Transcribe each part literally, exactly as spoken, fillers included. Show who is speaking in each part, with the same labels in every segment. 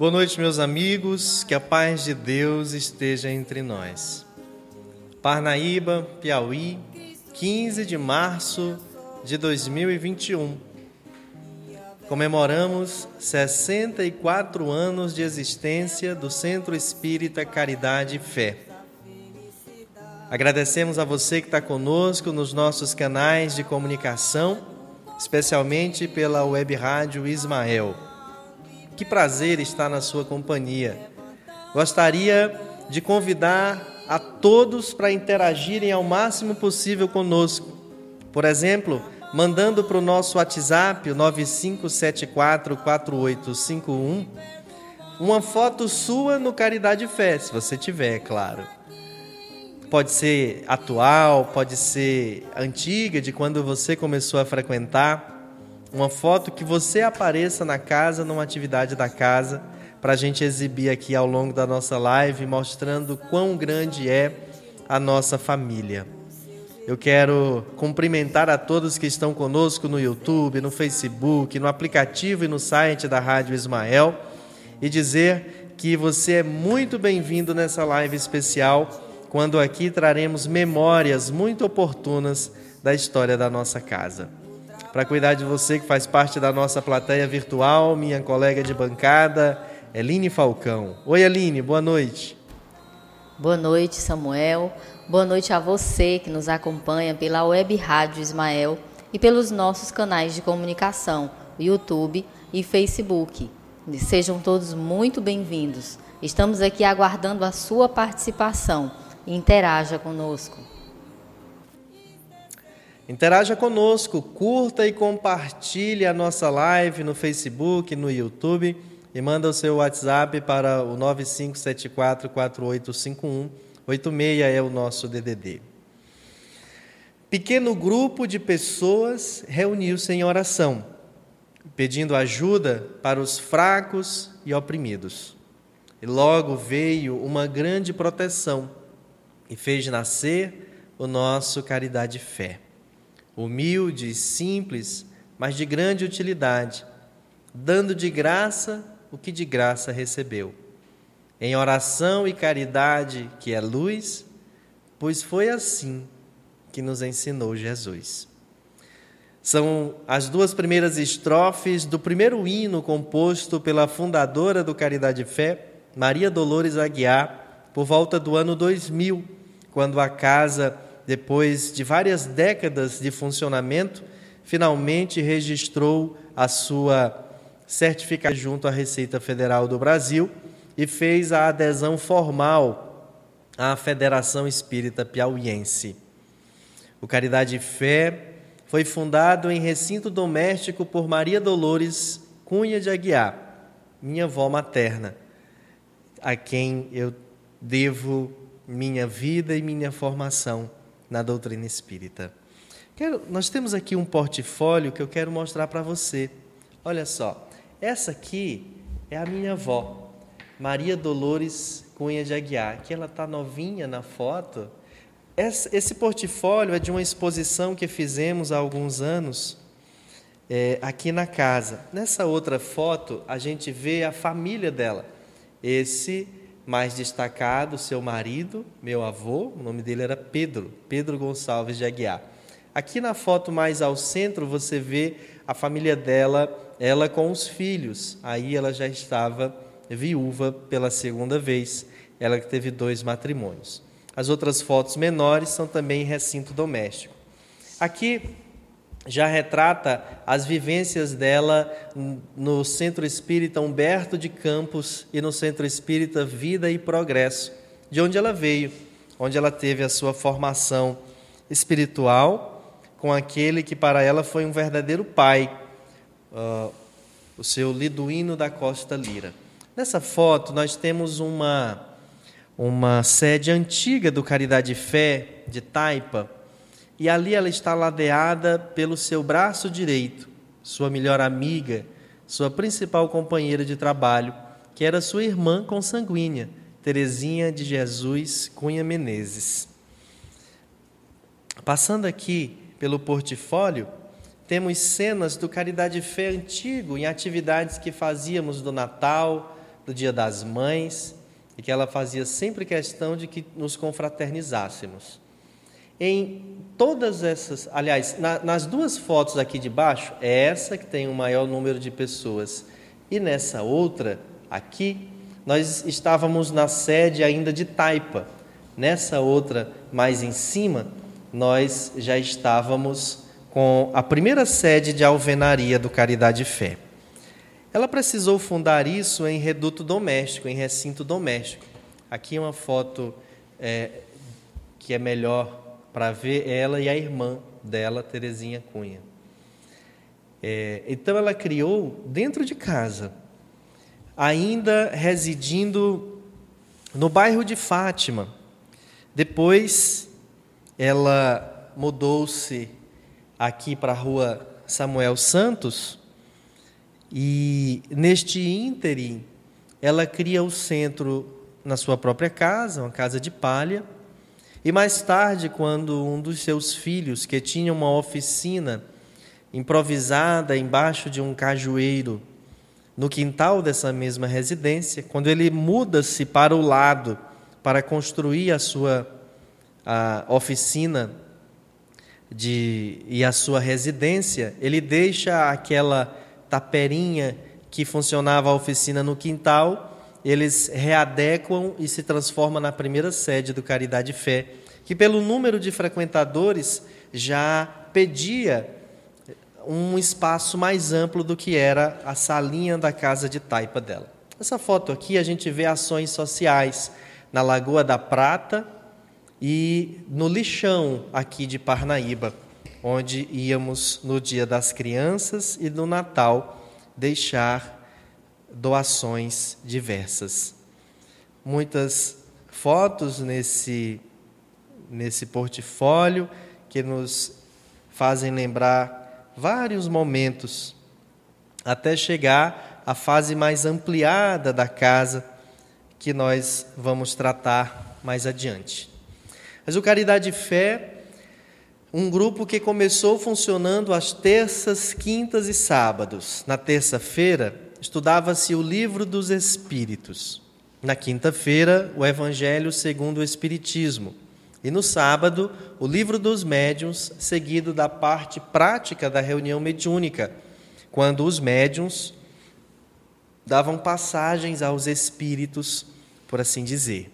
Speaker 1: Boa noite, meus amigos, que a paz de Deus esteja entre nós. Parnaíba, Piauí, quinze de março de dois mil e vinte e um. Comemoramos sessenta e quatro anos de existência do Centro Espírita Caridade e Fé. Agradecemos a você que está conosco nos nossos canais de comunicação, especialmente pela Web Rádio Ismael. Que prazer estar na sua companhia. Gostaria de convidar a todos para interagirem ao máximo possível conosco. Por exemplo, mandando para o nosso WhatsApp, o nove cinco sete quatro quatro oito cinco um, uma foto sua no Caridade e Fé, se você tiver, é claro. Pode ser atual, pode ser antiga, de quando você começou a frequentar. Uma foto que você apareça na casa, numa atividade da casa, para a gente exibir aqui ao longo da nossa live, mostrando quão grande é a nossa família. Eu quero cumprimentar a todos que estão conosco no YouTube, no Facebook, no aplicativo e no site da Rádio Ismael e dizer que você é muito bem-vindo nessa live especial, quando aqui traremos memórias muito oportunas da história da nossa casa. Para cuidar de você que faz parte da nossa plateia virtual, minha colega de bancada, Eline Falcão. Oi, Eline, boa noite.
Speaker 2: Boa noite, Samuel. Boa noite a você que nos acompanha pela Web Rádio Ismael e pelos nossos canais de comunicação, YouTube e Facebook. Sejam todos muito bem-vindos. Estamos aqui aguardando a sua participação. Interaja conosco.
Speaker 1: Interaja conosco, curta e compartilhe a nossa live no Facebook, no YouTube e manda o seu WhatsApp para o nove cinco sete quatro quatro oito cinco um, oito seis é o nosso D D D. Pequeno grupo de pessoas reuniu-se em oração, pedindo ajuda para os fracos e oprimidos. E logo veio uma grande proteção e fez nascer o nosso Caridade e Fé. Humilde e simples, mas de grande utilidade, dando de graça o que de graça recebeu. Em oração e caridade, que é luz, pois foi assim que nos ensinou Jesus. São as duas primeiras estrofes do primeiro hino composto pela fundadora do Caridade e Fé, Maria Dolores Aguiar, por volta do ano dois mil, quando a casa, depois de várias décadas de funcionamento, finalmente registrou a sua certificação junto à Receita Federal do Brasil e fez a adesão formal à Federação Espírita Piauiense. O Caridade e Fé foi fundado em recinto doméstico por Maria Dolores Cunha de Aguiar, minha avó materna, a quem eu devo minha vida e minha formação na doutrina espírita. Quero, nós temos aqui um portfólio que eu quero mostrar para você. Olha só, essa aqui é a minha avó, Maria Dolores Cunha de Aguiar, que ela está novinha na foto. Esse, esse portfólio é de uma exposição que fizemos há alguns anos é, aqui na casa. Nessa outra foto, a gente vê a família dela. Esse mais destacado, seu marido, meu avô, o nome dele era Pedro, Pedro Gonçalves de Aguiar. Aqui na foto mais ao centro você vê a família dela, ela com os filhos. Aí ela já estava viúva pela segunda vez, ela que teve dois matrimônios. As outras fotos menores são também em recinto doméstico. Aqui já retrata as vivências dela no Centro Espírita Humberto de Campos e no Centro Espírita Vida e Progresso, de onde ela veio, onde ela teve a sua formação espiritual com aquele que para ela foi um verdadeiro pai, uh, o seu Liduíno da Costa Lira. Nessa foto nós temos uma, uma sede antiga do Caridade e Fé, de Taipa, e ali ela está ladeada pelo seu braço direito, sua melhor amiga, sua principal companheira de trabalho, que era sua irmã consanguínea, Terezinha de Jesus Cunha Menezes. Passando aqui pelo portfólio, temos cenas do Caridade e Fé antigo, em atividades que fazíamos do Natal, do Dia das Mães, e que ela fazia sempre questão de que nos confraternizássemos. Em todas essas, aliás, na, nas duas fotos aqui de baixo, é essa que tem o maior número de pessoas, e nessa outra aqui, nós estávamos na sede ainda de Taipa. Nessa outra mais em cima, nós já estávamos com a primeira sede de alvenaria do Caridade e Fé. Ela precisou fundar isso em reduto doméstico, em recinto doméstico. Aqui uma foto é, que é melhor para ver ela e a irmã dela, Terezinha Cunha. É, então ela criou dentro de casa, ainda residindo no bairro de Fátima. Depois ela mudou-se aqui para a rua Samuel Santos, e neste ínterim ela cria o centro na sua própria casa, uma casa de palha, e mais tarde, quando um dos seus filhos, que tinha uma oficina improvisada embaixo de um cajueiro, no quintal dessa mesma residência, quando ele muda-se para o lado para construir a sua a oficina de, e a sua residência, ele deixa aquela taperinha que funcionava a oficina no quintal, eles readequam e se transforma na primeira sede do Caridade e Fé, que pelo número de frequentadores já pedia um espaço mais amplo do que era a salinha da casa de Taipa dela. Essa foto aqui a gente vê ações sociais na Lagoa da Prata e no lixão aqui de Parnaíba, onde íamos no Dia das Crianças e no Natal deixar doações diversas. Muitas fotos nesse, nesse portfólio que nos fazem lembrar vários momentos, até chegar à fase mais ampliada da casa, que nós vamos tratar mais adiante. Mas o Caridade e Fé, um grupo que começou funcionando às terças, quintas e sábados. Na terça-feira, estudava-se o Livro dos Espíritos. Na quinta-feira, o Evangelho segundo o Espiritismo. E no sábado, o Livro dos Médiuns, seguido da parte prática da reunião mediúnica, quando os médiuns davam passagens aos espíritos, por assim dizer.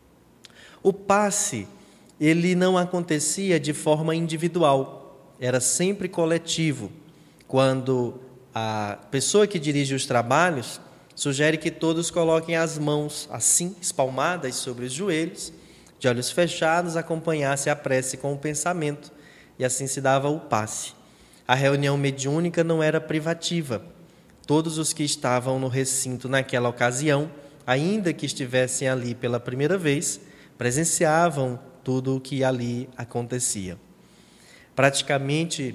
Speaker 1: O passe, ele não acontecia de forma individual, era sempre coletivo, quando a pessoa que dirige os trabalhos sugere que todos coloquem as mãos assim, espalmadas sobre os joelhos, de olhos fechados, acompanhasse a prece com o pensamento, e assim se dava o passe. A reunião mediúnica não era privativa. Todos os que estavam no recinto naquela ocasião, ainda que estivessem ali pela primeira vez, presenciavam tudo o que ali acontecia. Praticamente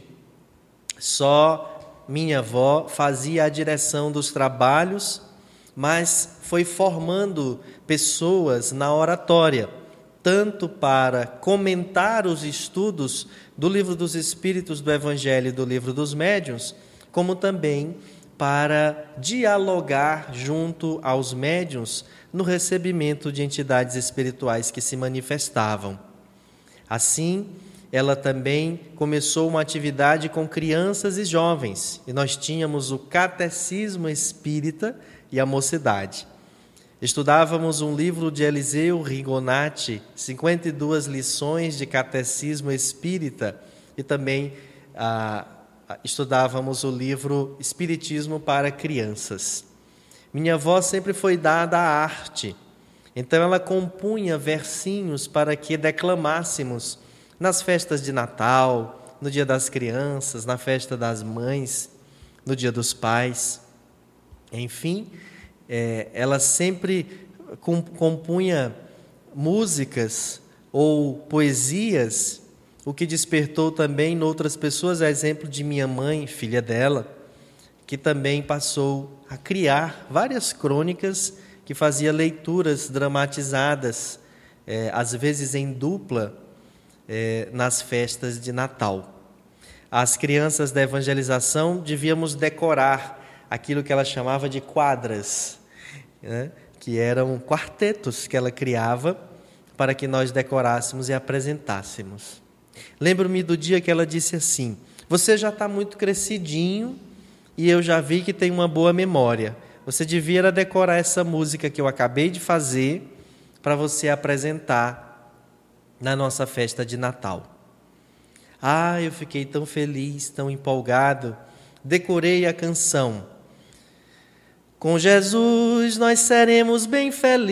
Speaker 1: só minha avó fazia a direção dos trabalhos, mas foi formando pessoas na oratória, tanto para comentar os estudos do Livro dos Espíritos, do Evangelho e do Livro dos Médiuns, como também para dialogar junto aos médiuns no recebimento de entidades espirituais que se manifestavam. Assim, ela também começou uma atividade com crianças e jovens, e nós tínhamos o Catecismo Espírita e a Mocidade. Estudávamos um livro de Eliseu Rigonati, cinquenta e duas lições de Catecismo Espírita, e também ah, estudávamos o livro Espiritismo para Crianças. Minha avó sempre foi dada à arte, então ela compunha versinhos para que declamássemos nas festas de Natal, no Dia das Crianças, na festa das mães, no Dia dos Pais. Enfim, é, ela sempre compunha músicas ou poesias, o que despertou também em outras pessoas, a exemplo de minha mãe, filha dela, que também passou a criar várias crônicas que fazia leituras dramatizadas, é, às vezes em dupla, é, nas festas de Natal. As crianças da evangelização devíamos decorar aquilo que ela chamava de quadras, né, que eram quartetos que ela criava para que nós decorássemos e apresentássemos. Lembro-me do dia que ela disse assim: você já está muito crescidinho e eu já vi que tem uma boa memória. Você devia decorar essa música que eu acabei de fazer para você apresentar na nossa festa de Natal. Ah, eu fiquei tão feliz, tão empolgado. Decorei a canção. Com Jesus nós seremos bem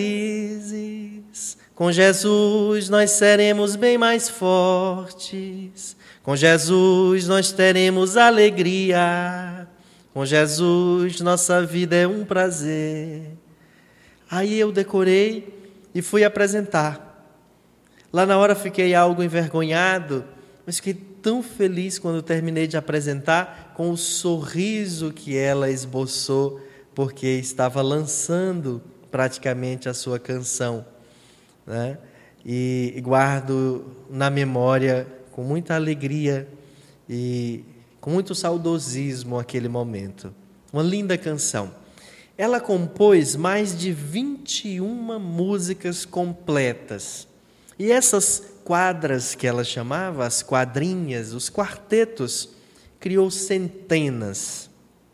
Speaker 1: felizes. Com Jesus nós seremos bem mais fortes. Com Jesus nós teremos alegria. Com Jesus nossa vida é um prazer. Aí eu decorei e fui apresentar. Lá na hora fiquei algo envergonhado, mas fiquei tão feliz quando terminei de apresentar, com o sorriso que ela esboçou, porque estava lançando praticamente a sua canção, né? E guardo na memória com muita alegria e com muito saudosismo aquele momento. Uma linda canção. Ela compôs mais de vinte e uma músicas completas. E essas quadras que ela chamava, as quadrinhas, os quartetos, criou centenas.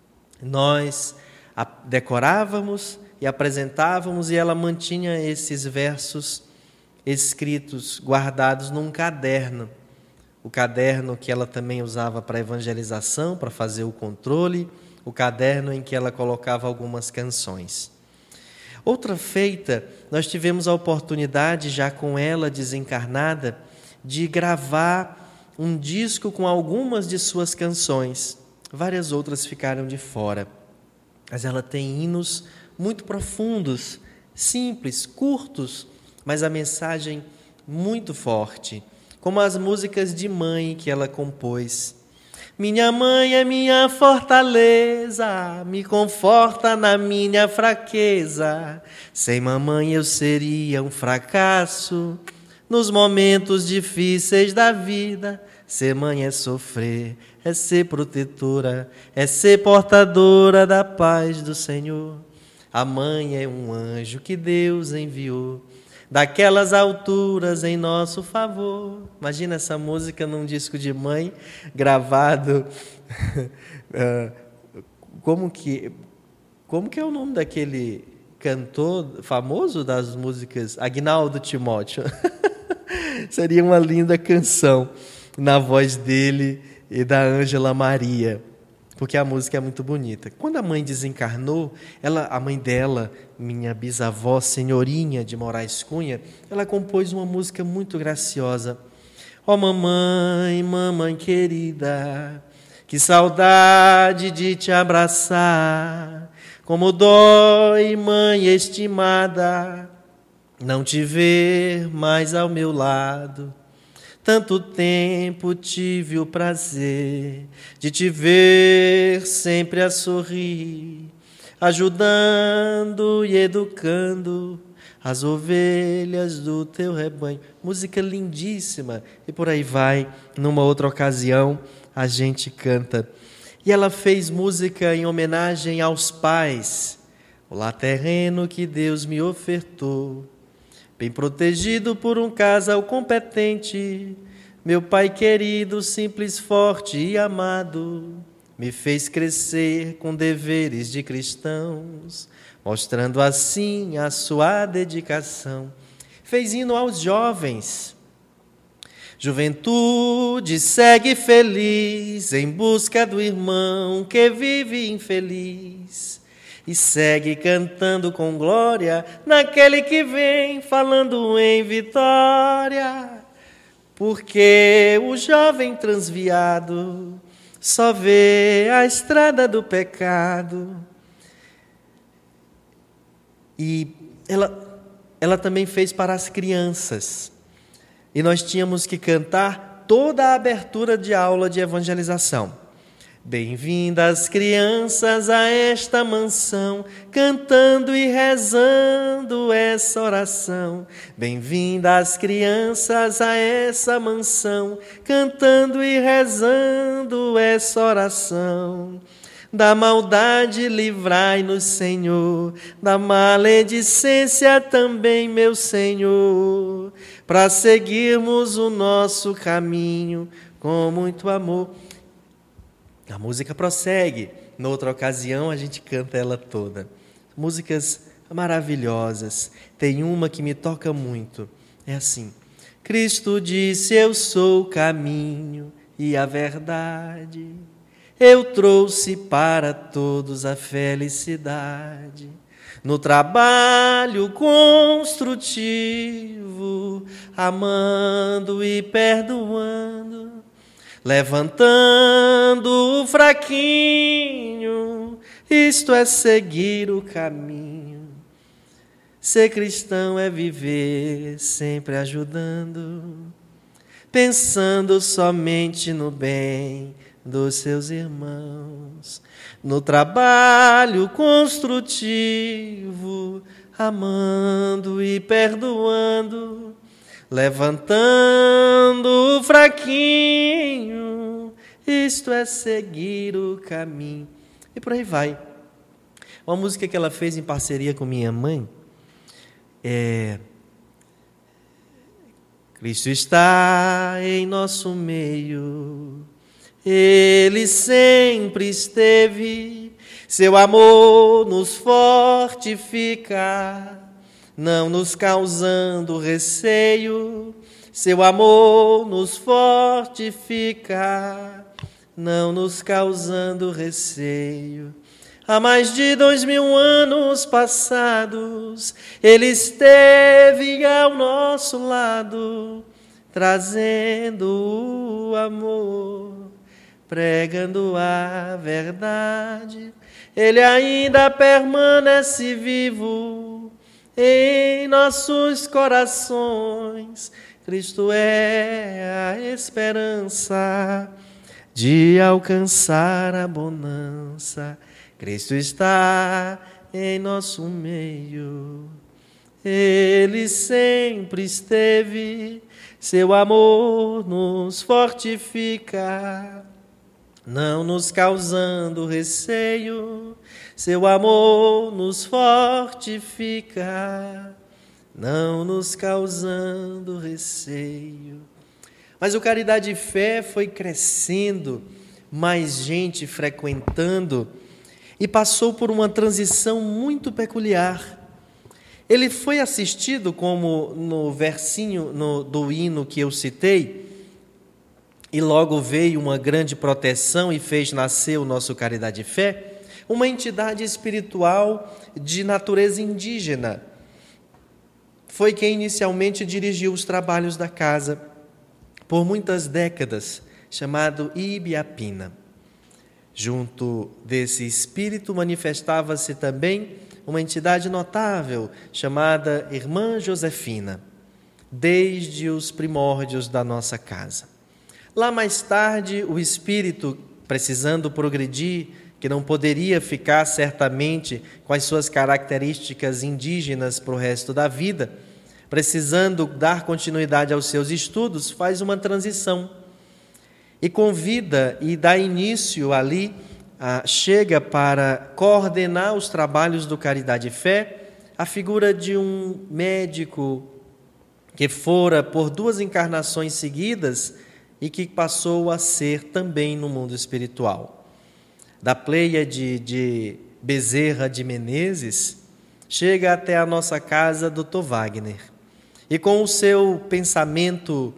Speaker 1: Nós decorávamos e apresentávamos e ela mantinha esses versos escritos, guardados num caderno. O caderno que ela também usava para evangelização, para fazer o controle, o caderno em que ela colocava algumas canções. Outra feita, nós tivemos a oportunidade, já com ela desencarnada, de gravar um disco com algumas de suas canções. Várias outras ficaram de fora. Mas ela tem hinos muito profundos, simples, curtos, mas a mensagem muito forte, como as músicas de mãe que ela compôs. Minha mãe é minha fortaleza, me conforta na minha fraqueza. Sem mamãe eu seria um fracasso. Nos momentos difíceis da vida, ser mãe é sofrer, é ser protetora, é ser portadora da paz do Senhor. A mãe é um anjo que Deus enviou, daquelas alturas em nosso favor. Imagina essa música num disco de mãe, gravado. como, que, como que é o nome daquele cantor famoso das músicas? Agnaldo Timóteo. Seria uma linda canção na voz dele e da Ângela Maria, porque a música é muito bonita. Quando a mãe desencarnou, ela, a mãe dela, minha bisavó, senhorinha de Moraes Cunha, ela compôs uma música muito graciosa. Ó oh, mamãe, mamãe querida, que saudade de te abraçar, como dói, mãe estimada, não te ver mais ao meu lado. Tanto tempo tive o prazer de te ver sempre a sorrir, ajudando e educando as ovelhas do teu rebanho. Música lindíssima. E por aí vai, numa outra ocasião, a gente canta. E ela fez música em homenagem aos pais. O lar terreno que Deus me ofertou, bem protegido por um casal competente, meu pai querido, simples, forte e amado, me fez crescer com deveres de cristãos, mostrando assim a sua dedicação. Fez hino aos jovens. Juventude segue feliz em busca do irmão que vive infeliz, e segue cantando com glória naquele que vem falando em vitória. Porque o jovem transviado só vê a estrada do pecado. E ela, ela também fez para as crianças. E nós tínhamos que cantar toda a abertura de aula de evangelização. Bem-vindas crianças a esta mansão, cantando e rezando essa oração. Bem-vindas crianças a essa mansão, cantando e rezando essa oração. Da maldade livrai-nos, Senhor, da maledicência também, meu Senhor, para seguirmos o nosso caminho com muito amor. A música prossegue. Noutra ocasião a gente canta ela toda. Músicas maravilhosas. Tem uma que me toca muito. É assim: Cristo disse, eu sou o caminho e a verdade. Eu trouxe para todos a felicidade. No trabalho construtivo, amando e perdoando, levantando o fraquinho, isto é seguir o caminho. Ser cristão é viver sempre ajudando, pensando somente no bem dos seus irmãos, no trabalho construtivo, amando e perdoando, levantando o fraquinho, isto é seguir o caminho. E por aí vai. Uma música que ela fez em parceria com minha mãe é: Cristo está em nosso meio, Ele sempre esteve, seu amor nos fortifica, não nos causando receio. Seu amor nos fortifica, não nos causando receio. Há mais de dois mil anos passados, Ele esteve ao nosso lado, trazendo o amor, pregando a verdade. Ele ainda permanece vivo em nossos corações. Cristo é a esperança de alcançar a bonança. Cristo está em nosso meio, Ele sempre esteve, seu amor nos fortifica, não nos causando receio. Seu amor nos fortifica, não nos causando receio. Mas o Caridade e Fé foi crescendo, mais gente frequentando, e passou por uma transição muito peculiar. Ele foi assistido, como no versinho no, do hino que eu citei, e logo veio uma grande proteção e fez nascer o nosso Caridade e Fé, uma entidade espiritual de natureza indígena. Foi quem inicialmente dirigiu os trabalhos da casa por muitas décadas, chamado Ibiapina. Junto desse espírito manifestava-se também uma entidade notável chamada Irmã Josefina, desde os primórdios da nossa casa. Lá mais tarde, o espírito, precisando progredir, que não poderia ficar certamente com as suas características indígenas para o resto da vida, precisando dar continuidade aos seus estudos, faz uma transição e convida e dá início ali, a, chega para coordenar os trabalhos do Caridade e Fé, a figura de um médico que fora por duas encarnações seguidas e que passou a ser também no mundo espiritual. Da Pleiade de Bezerra de Menezes, chega até a nossa casa doutor Wagner, e com o seu pensamento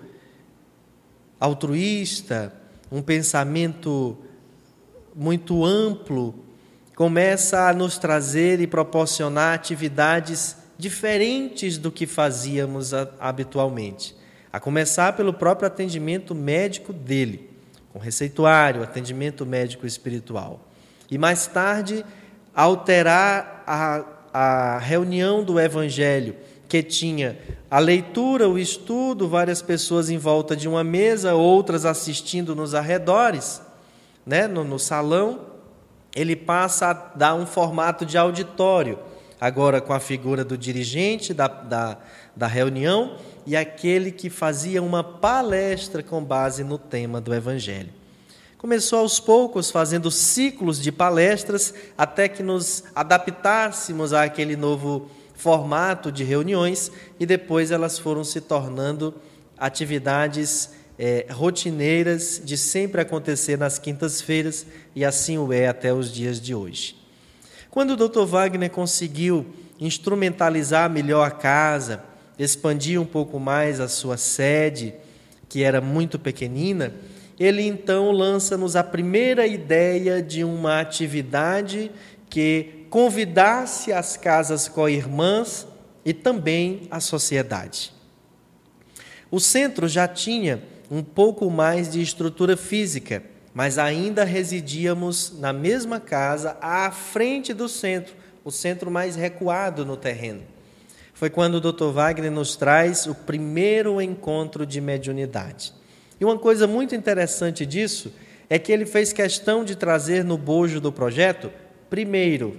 Speaker 1: altruísta, um pensamento muito amplo, começa a nos trazer e proporcionar atividades diferentes do que fazíamos habitualmente, a começar pelo próprio atendimento médico dele, com receituário, atendimento médico espiritual, e mais tarde alterar a, a reunião do Evangelho, que tinha a leitura, o estudo, várias pessoas em volta de uma mesa, outras assistindo nos arredores, né, no, no salão. Ele passa a dar um formato de auditório, agora com a figura do dirigente da, da, da reunião e aquele que fazia uma palestra com base no tema do Evangelho. Começou aos poucos, fazendo ciclos de palestras, até que nos adaptássemos àquele novo formato de reuniões, e depois elas foram se tornando atividades é, rotineiras, de sempre acontecer nas quintas-feiras, e assim o é até os dias de hoje. Quando o doutor Wagner conseguiu instrumentalizar melhor a casa, expandir um pouco mais a sua sede, que era muito pequenina, ele então lança-nos a primeira ideia de uma atividade que convidasse as casas co-irmãs e também a sociedade. O centro já tinha um pouco mais de estrutura física, mas ainda residíamos na mesma casa, à frente do centro, o centro mais recuado no terreno. Foi quando o doutor Wagner nos traz o primeiro encontro de mediunidade. E uma coisa muito interessante disso é que ele fez questão de trazer no bojo do projeto, primeiro.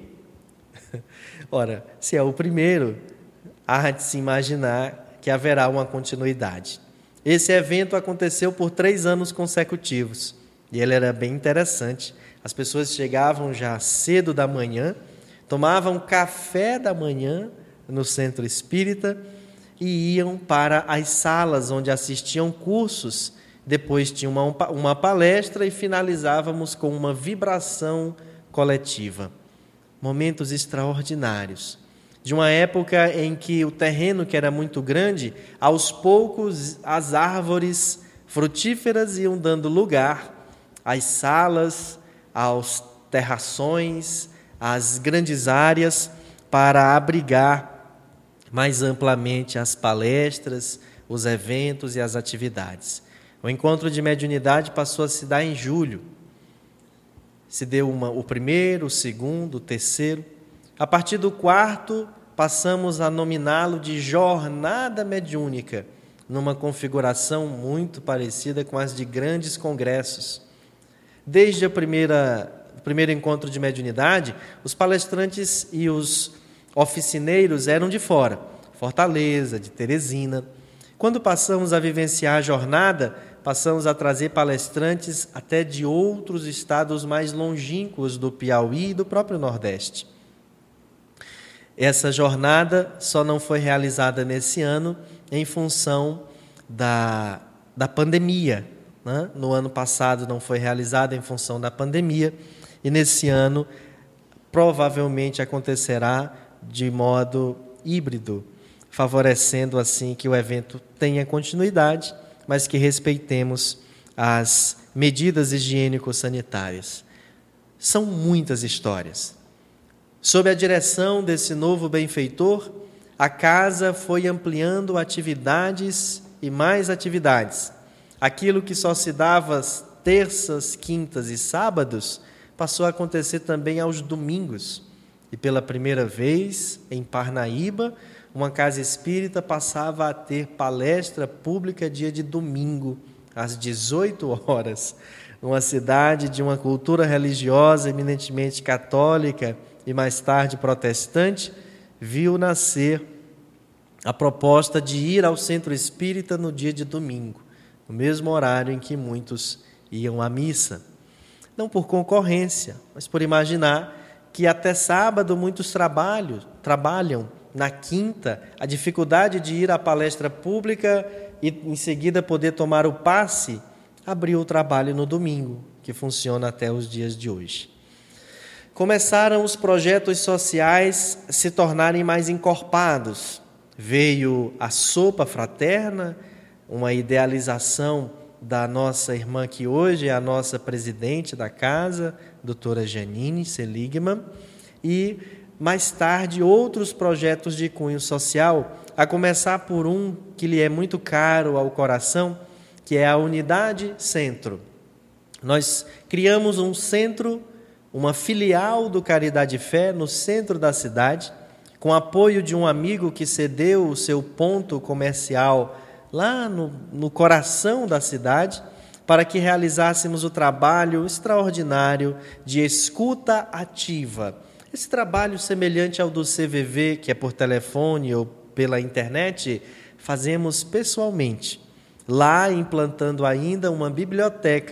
Speaker 1: Ora, se é o primeiro, há de se imaginar que haverá uma continuidade. Esse evento aconteceu por três anos consecutivos, e ele era bem interessante. As pessoas chegavam já cedo da manhã, tomavam café da manhã no centro espírita e iam para as salas onde assistiam cursos. Depois tinha uma, uma palestra e finalizávamos com uma vibração coletiva. Momentos extraordinários. De uma época em que o terreno, que era muito grande, aos poucos as árvores frutíferas iam dando lugar às salas, aos terrações, às grandes áreas, para abrigar mais amplamente as palestras, os eventos e as atividades. O encontro de mediunidade passou a se dar em julho. Se deu uma, o primeiro, o segundo, o terceiro. A partir do quarto, passamos a nominá-lo de jornada mediúnica, numa configuração muito parecida com as de grandes congressos. Desde a primeira, o primeiro encontro de mediunidade, os palestrantes e os oficineiros eram de fora, Fortaleza, de Teresina. Quando passamos a vivenciar a jornada, passamos a trazer palestrantes até de outros estados mais longínquos do Piauí e do próprio Nordeste. Essa jornada só não foi realizada nesse ano em função da, da pandemia, né? No ano passado não foi realizada em função da pandemia, e nesse ano provavelmente acontecerá de modo híbrido, favorecendo assim que o evento tenha continuidade, mas que respeitemos as medidas higiênico-sanitárias. São muitas histórias. Sob a direção desse novo benfeitor, a casa foi ampliando atividades e mais atividades. Aquilo que só se dava terças, quintas e sábados, passou a acontecer também aos domingos. E pela primeira vez, em Parnaíba, uma casa espírita passava a ter palestra pública dia de domingo, às dezoito horas. Uma cidade de uma cultura religiosa eminentemente católica e mais tarde protestante, viu nascer a proposta de ir ao centro espírita no dia de domingo, no mesmo horário em que muitos iam à missa. Não por concorrência, mas por imaginar que até sábado muitos trabalham, trabalham na quinta, a dificuldade de ir à palestra pública e em seguida poder tomar o passe, abriu o trabalho no domingo, que funciona até os dias de hoje. Começaram os projetos sociais a se tornarem mais encorpados. Veio a sopa fraterna, uma idealização da nossa irmã que hoje é a nossa presidente da casa, doutora Janine Seligman, e mais tarde outros projetos de cunho social, a começar por um que lhe é muito caro ao coração, que é a Unidade Centro. Nós criamos um centro, uma filial do Caridade e Fé no centro da cidade, com apoio de um amigo que cedeu o seu ponto comercial lá no, no coração da cidade, para que realizássemos o trabalho extraordinário de escuta ativa. Esse trabalho semelhante ao do C V V, que é por telefone ou pela internet, fazemos pessoalmente, lá implantando ainda uma biblioteca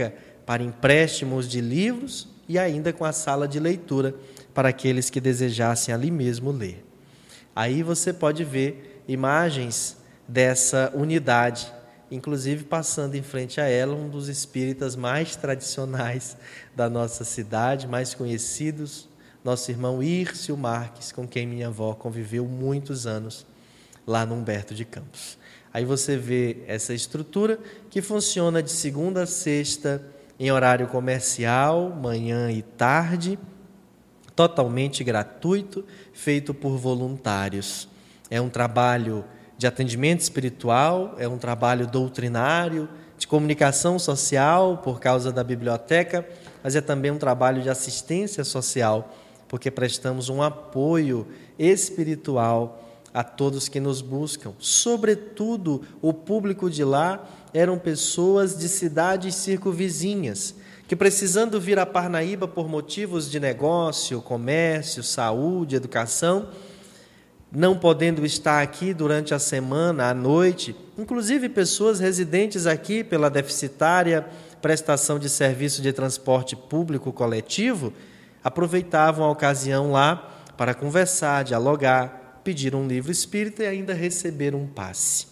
Speaker 1: para empréstimos de livros e ainda com a sala de leitura para aqueles que desejassem ali mesmo ler. Aí você pode ver imagens dessa unidade, inclusive passando em frente a ela um dos espíritas mais tradicionais da nossa cidade, mais conhecidos, nosso irmão Írcio Marques, com quem minha avó conviveu muitos anos lá no Humberto de Campos. Aí você vê essa estrutura que funciona de segunda a sexta em horário comercial, manhã e tarde, totalmente gratuito, feito por voluntários. É um trabalho de atendimento espiritual, é um trabalho doutrinário, de comunicação social por causa da biblioteca, mas é também um trabalho de assistência social, porque prestamos um apoio espiritual a todos que nos buscam. Sobretudo, o público de lá eram pessoas de cidades circunvizinhas, que precisando vir a Parnaíba por motivos de negócio, comércio, saúde, educação, não podendo estar aqui durante a semana, à noite, inclusive pessoas residentes aqui pela deficitária prestação de serviço de transporte público coletivo, aproveitavam a ocasião lá para conversar, dialogar, pedir um livro espírita e ainda receber um passe.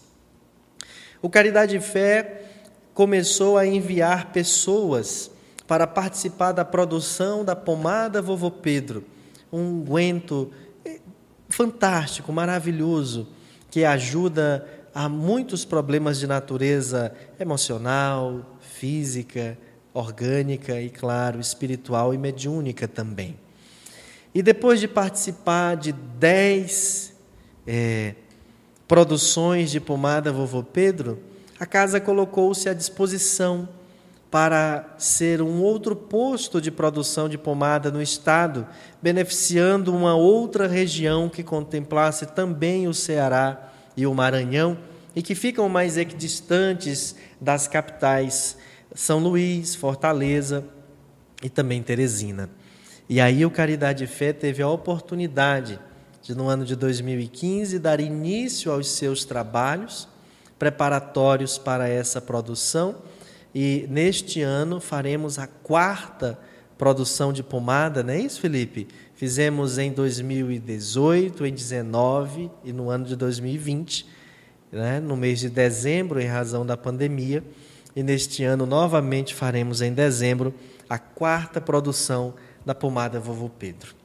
Speaker 1: O Caridade e Fé começou a enviar pessoas para participar da produção da pomada Vovô Pedro, um unguento fantástico, maravilhoso, que ajuda a muitos problemas de natureza emocional, física, orgânica e, claro, espiritual e mediúnica também. E depois de participar de dez é, produções de pomada Vovô Pedro, a casa colocou-se à disposição para ser um outro posto de produção de pomada no estado, beneficiando uma outra região que contemplasse também o Ceará e o Maranhão e que ficam mais equidistantes das capitais São Luís, Fortaleza e também Teresina. E aí o Caridade e Fé teve a oportunidade de, no ano de dois mil e quinze, dar início aos seus trabalhos preparatórios para essa produção. E neste ano faremos a quarta produção de pomada, não é isso, Felipe? Fizemos em dois mil e dezoito, em dezenove e no ano de dois mil e vinte, né, no mês de dezembro, em razão da pandemia. E neste ano, novamente, faremos em dezembro a quarta produção da pomada Vovô Pedro.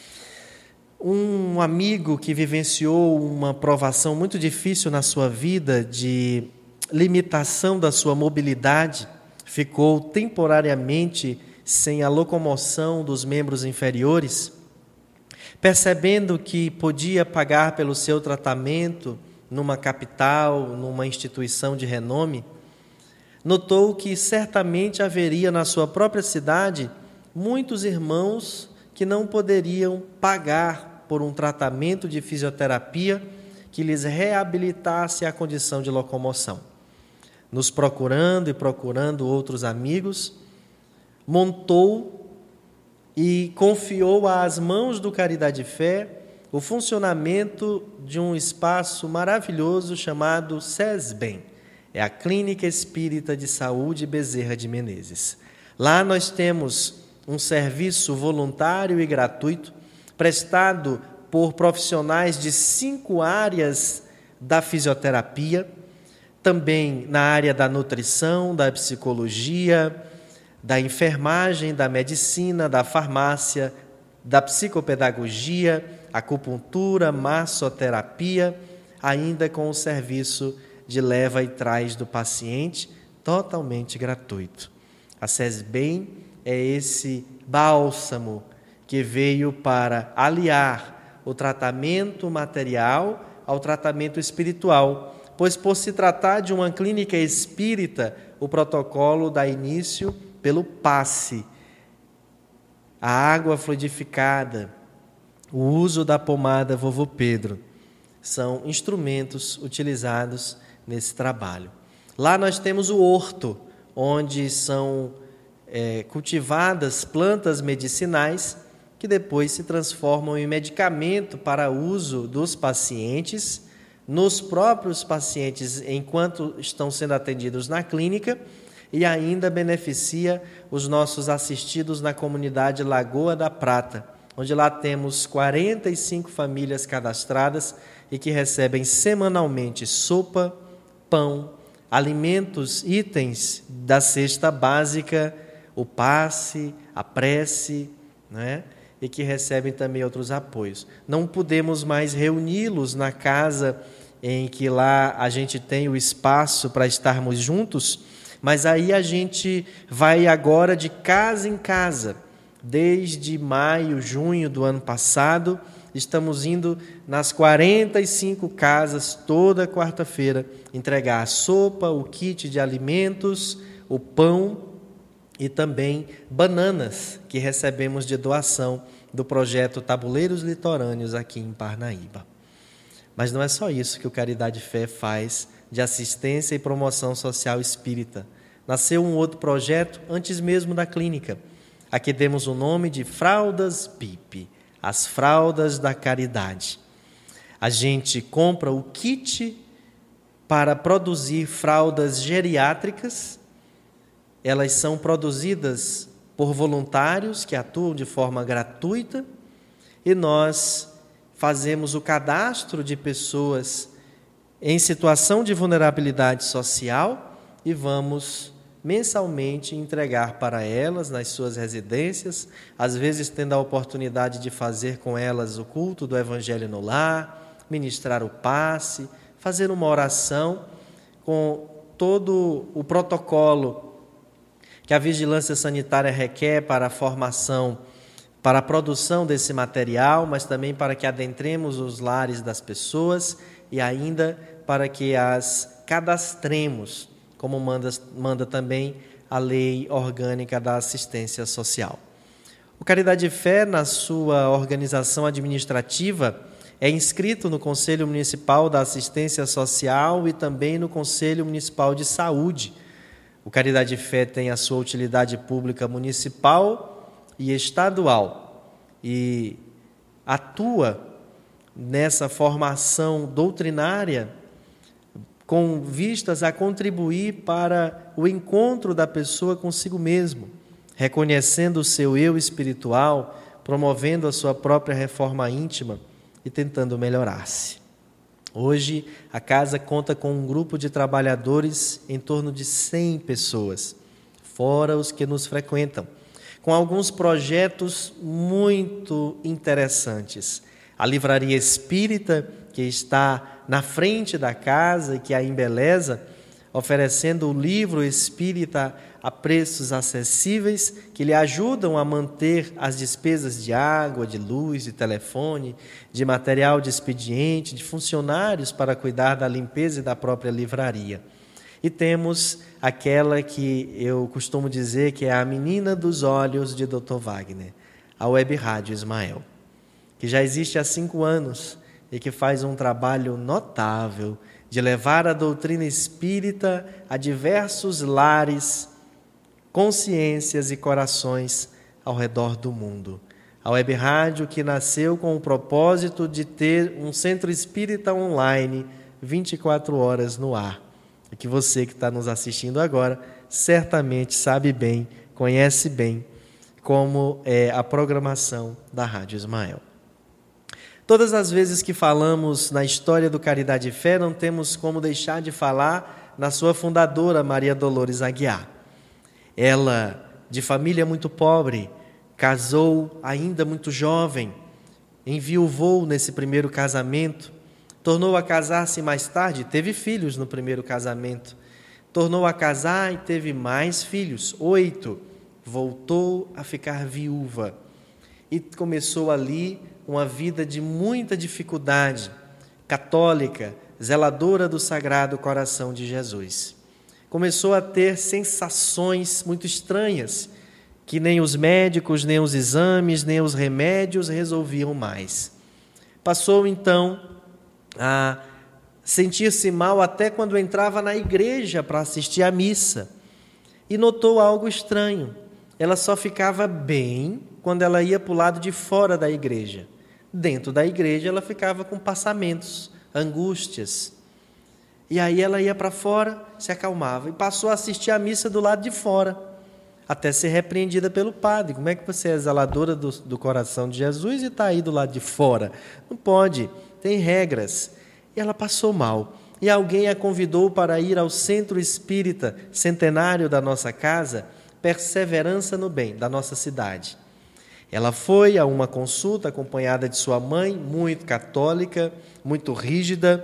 Speaker 1: Um amigo que vivenciou uma provação muito difícil na sua vida de limitação da sua mobilidade, ficou temporariamente sem a locomoção dos membros inferiores, percebendo que podia pagar pelo seu tratamento numa capital, numa instituição de renome, notou que certamente haveria na sua própria cidade muitos irmãos que não poderiam pagar por um tratamento de fisioterapia que lhes reabilitasse a condição de locomoção. Nos procurando e procurando outros amigos, montou e confiou às mãos do Caridade e Fé o funcionamento de um espaço maravilhoso chamado SESBEM, é a Clínica Espírita de Saúde Bezerra de Menezes. Lá nós temos um serviço voluntário e gratuito, prestado por profissionais de cinco áreas da fisioterapia, também na área da nutrição, da psicologia, da enfermagem, da medicina, da farmácia, da psicopedagogia, acupuntura, massoterapia, ainda com o serviço de leva e trás do paciente, totalmente gratuito. A SESBEM é esse bálsamo que veio para aliar o tratamento material ao tratamento espiritual, pois por se tratar de uma clínica espírita, o protocolo dá início pelo passe, a água fluidificada, o uso da pomada Vovô Pedro, são instrumentos utilizados nesse trabalho. Lá nós temos o horto, onde são é, cultivadas plantas medicinais que depois se transformam em medicamento para uso dos pacientes, nos próprios pacientes enquanto estão sendo atendidos na clínica e ainda beneficia os nossos assistidos na comunidade Lagoa da Prata, onde lá temos quarenta e cinco famílias cadastradas e que recebem semanalmente sopa, pão, alimentos, itens da cesta básica, o passe, a prece, né? E que recebem também outros apoios. Não podemos mais reuni-los na casa em que lá a gente tem o espaço para estarmos juntos, mas aí a gente vai agora de casa em casa. Desde maio, junho do ano passado, estamos indo nas quarenta e cinco casas toda quarta-feira entregar a sopa, o kit de alimentos, o pão e também bananas que recebemos de doação do projeto Tabuleiros Litorâneos aqui em Parnaíba. Mas não é só isso que o Caridade e Fé faz de assistência e promoção social espírita. Nasceu um outro projeto antes mesmo da clínica. Aqui demos o nome de Fraldas B I P, as Fraldas da Caridade. A gente compra o kit para produzir fraldas geriátricas. Elas são produzidas por voluntários que atuam de forma gratuita e nós fazemos o cadastro de pessoas em situação de vulnerabilidade social e vamos mensalmente entregar para elas nas suas residências, às vezes tendo a oportunidade de fazer com elas o culto do Evangelho no lar, ministrar o passe, fazer uma oração com todo o protocolo que a vigilância sanitária requer para a formação, para a produção desse material, mas também para que adentremos os lares das pessoas e ainda para que as cadastremos, como manda, manda também a Lei Orgânica da Assistência Social. O Caridade e Fé, na sua organização administrativa, é inscrito no Conselho Municipal da Assistência Social e também no Conselho Municipal de Saúde. O Caridade e Fé tem a sua utilidade pública municipal e estadual e atua nessa formação doutrinária com vistas a contribuir para o encontro da pessoa consigo mesmo, reconhecendo o seu eu espiritual, promovendo a sua própria reforma íntima e tentando melhorar-se. Hoje, a casa conta com um grupo de trabalhadores em torno de cem pessoas, fora os que nos frequentam, com alguns projetos muito interessantes. A Livraria Espírita, que está na frente da casa e que a embeleza, oferecendo o livro espírita a preços acessíveis que lhe ajudam a manter as despesas de água, de luz, de telefone, de material de expediente, de funcionários para cuidar da limpeza e da própria livraria. E temos aquela que eu costumo dizer que é a menina dos olhos de doutor Wagner, a Web Rádio Ismael, que já existe há cinco anos e que faz um trabalho notável de levar a doutrina espírita a diversos lares, consciências e corações ao redor do mundo. A Web Rádio que nasceu com o propósito de ter um centro espírita online vinte e quatro horas no ar. E que você que está nos assistindo agora certamente sabe bem, conhece bem como é a programação da Rádio Ismael. Todas as vezes que falamos na história do Caridade e Fé, não temos como deixar de falar na sua fundadora, Maria Dolores Aguiar. Ela, de família muito pobre, casou ainda muito jovem, enviuvou nesse primeiro casamento, tornou a casar-se mais tarde, teve filhos no primeiro casamento, tornou a casar e teve mais filhos, oito, voltou a ficar viúva e começou ali uma vida de muita dificuldade, católica, zeladora do Sagrado Coração de Jesus. Começou a ter sensações muito estranhas, que nem os médicos, nem os exames, nem os remédios resolviam mais. Passou, então, a sentir-se mal até quando entrava na igreja para assistir à missa. E notou algo estranho. Ela só ficava bem quando ela ia para o lado de fora da igreja. Dentro da igreja, ela ficava com passamentos, angústias. E aí ela ia para fora, se acalmava e passou a assistir a missa do lado de fora, até ser repreendida pelo padre. Como é que você é zeladora do, do coração de Jesus e está aí do lado de fora? Não pode, tem regras. E ela passou mal. E alguém a convidou para ir ao Centro Espírita Centenário da nossa casa, Perseverança no Bem, da nossa cidade. Ela foi a uma consulta acompanhada de sua mãe, muito católica, muito rígida,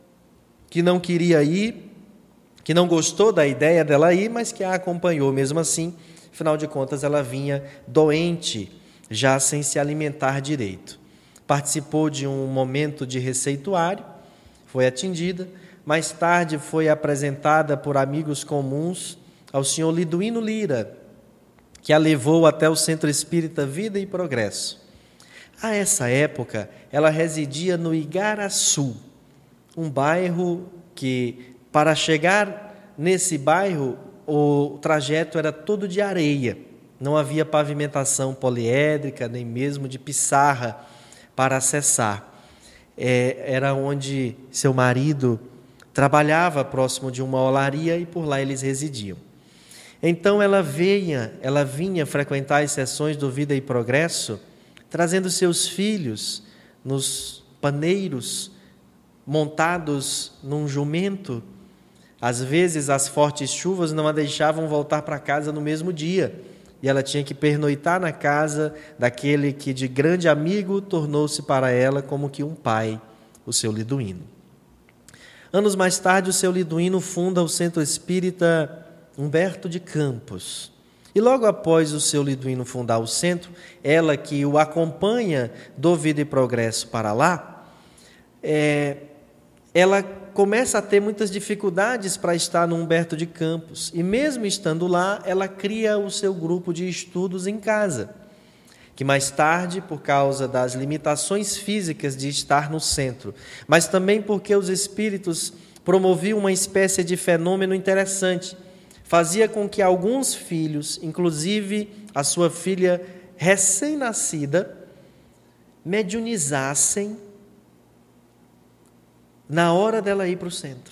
Speaker 1: que não queria ir, que não gostou da ideia dela ir, mas que a acompanhou mesmo assim. Afinal de contas, ela vinha doente, já sem se alimentar direito. Participou de um momento de receituário, foi atendida. Mais tarde foi apresentada por amigos comuns ao senhor Liduíno Lira, que a levou até o Centro Espírita Vida e Progresso. A essa época, ela residia no Igaraçu, um bairro que, para chegar nesse bairro, o trajeto era todo de areia. Não havia pavimentação poliédrica, nem mesmo de pissarra para acessar. É, era onde seu marido trabalhava, próximo de uma olaria, e por lá eles residiam. Então ela vinha, ela vinha frequentar as sessões do Vida e Progresso, trazendo seus filhos nos paneiros, montados num jumento. Às vezes as fortes chuvas não a deixavam voltar para casa no mesmo dia, e ela tinha que pernoitar na casa daquele que de grande amigo tornou-se para ela como que um pai, o seu Liduíno. Anos mais tarde, o seu Liduíno funda o Centro Espírita Humberto de Campos. E logo após o seu Liduíno fundar o centro, ela que o acompanha do Vida e Progresso para lá, é, ela começa a ter muitas dificuldades para estar no Humberto de Campos. E mesmo estando lá, ela cria o seu grupo de estudos em casa, que mais tarde, por causa das limitações físicas de estar no centro, mas também porque os espíritos promoviam uma espécie de fenômeno interessante, fazia com que alguns filhos, inclusive a sua filha recém-nascida, mediunizassem na hora dela ir para o centro.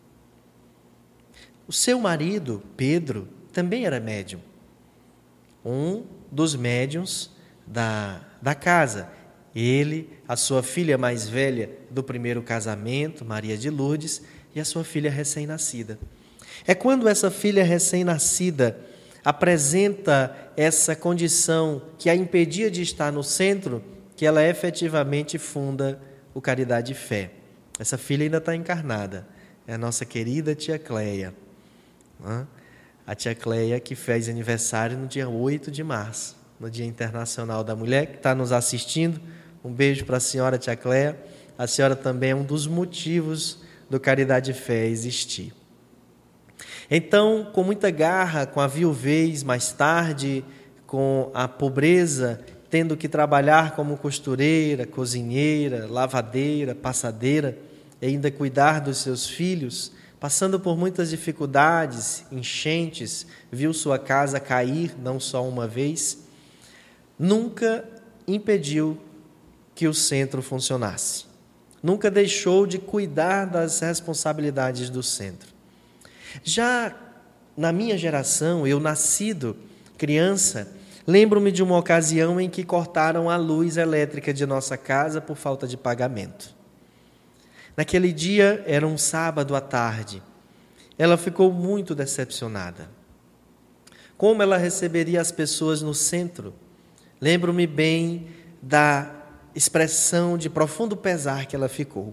Speaker 1: O seu marido, Pedro, também era médium. Um dos médiuns da, da casa. Ele, a sua filha mais velha do primeiro casamento, Maria de Lourdes, e a sua filha recém-nascida. É quando essa filha recém-nascida apresenta essa condição que a impedia de estar no centro, que ela efetivamente funda o Caridade e Fé. Essa filha ainda está encarnada, é a nossa querida tia Cleia. A tia Cleia que fez aniversário no dia oito de março, no Dia Internacional da Mulher, que está nos assistindo. Um beijo para a senhora tia Cleia. A senhora também é um dos motivos do Caridade e Fé existir. Então, com muita garra, com a viuvez, mais tarde, com a pobreza, tendo que trabalhar como costureira, cozinheira, lavadeira, passadeira, e ainda cuidar dos seus filhos, passando por muitas dificuldades, enchentes, viu sua casa cair não só uma vez, nunca impediu que o centro funcionasse. Nunca deixou de cuidar das responsabilidades do centro. Já na minha geração, eu nascido criança, lembro-me de uma ocasião em que cortaram a luz elétrica de nossa casa por falta de pagamento. Naquele dia, era um sábado à tarde. Ela ficou muito decepcionada. Como ela receberia as pessoas no centro? Lembro-me bem da expressão de profundo pesar que ela ficou.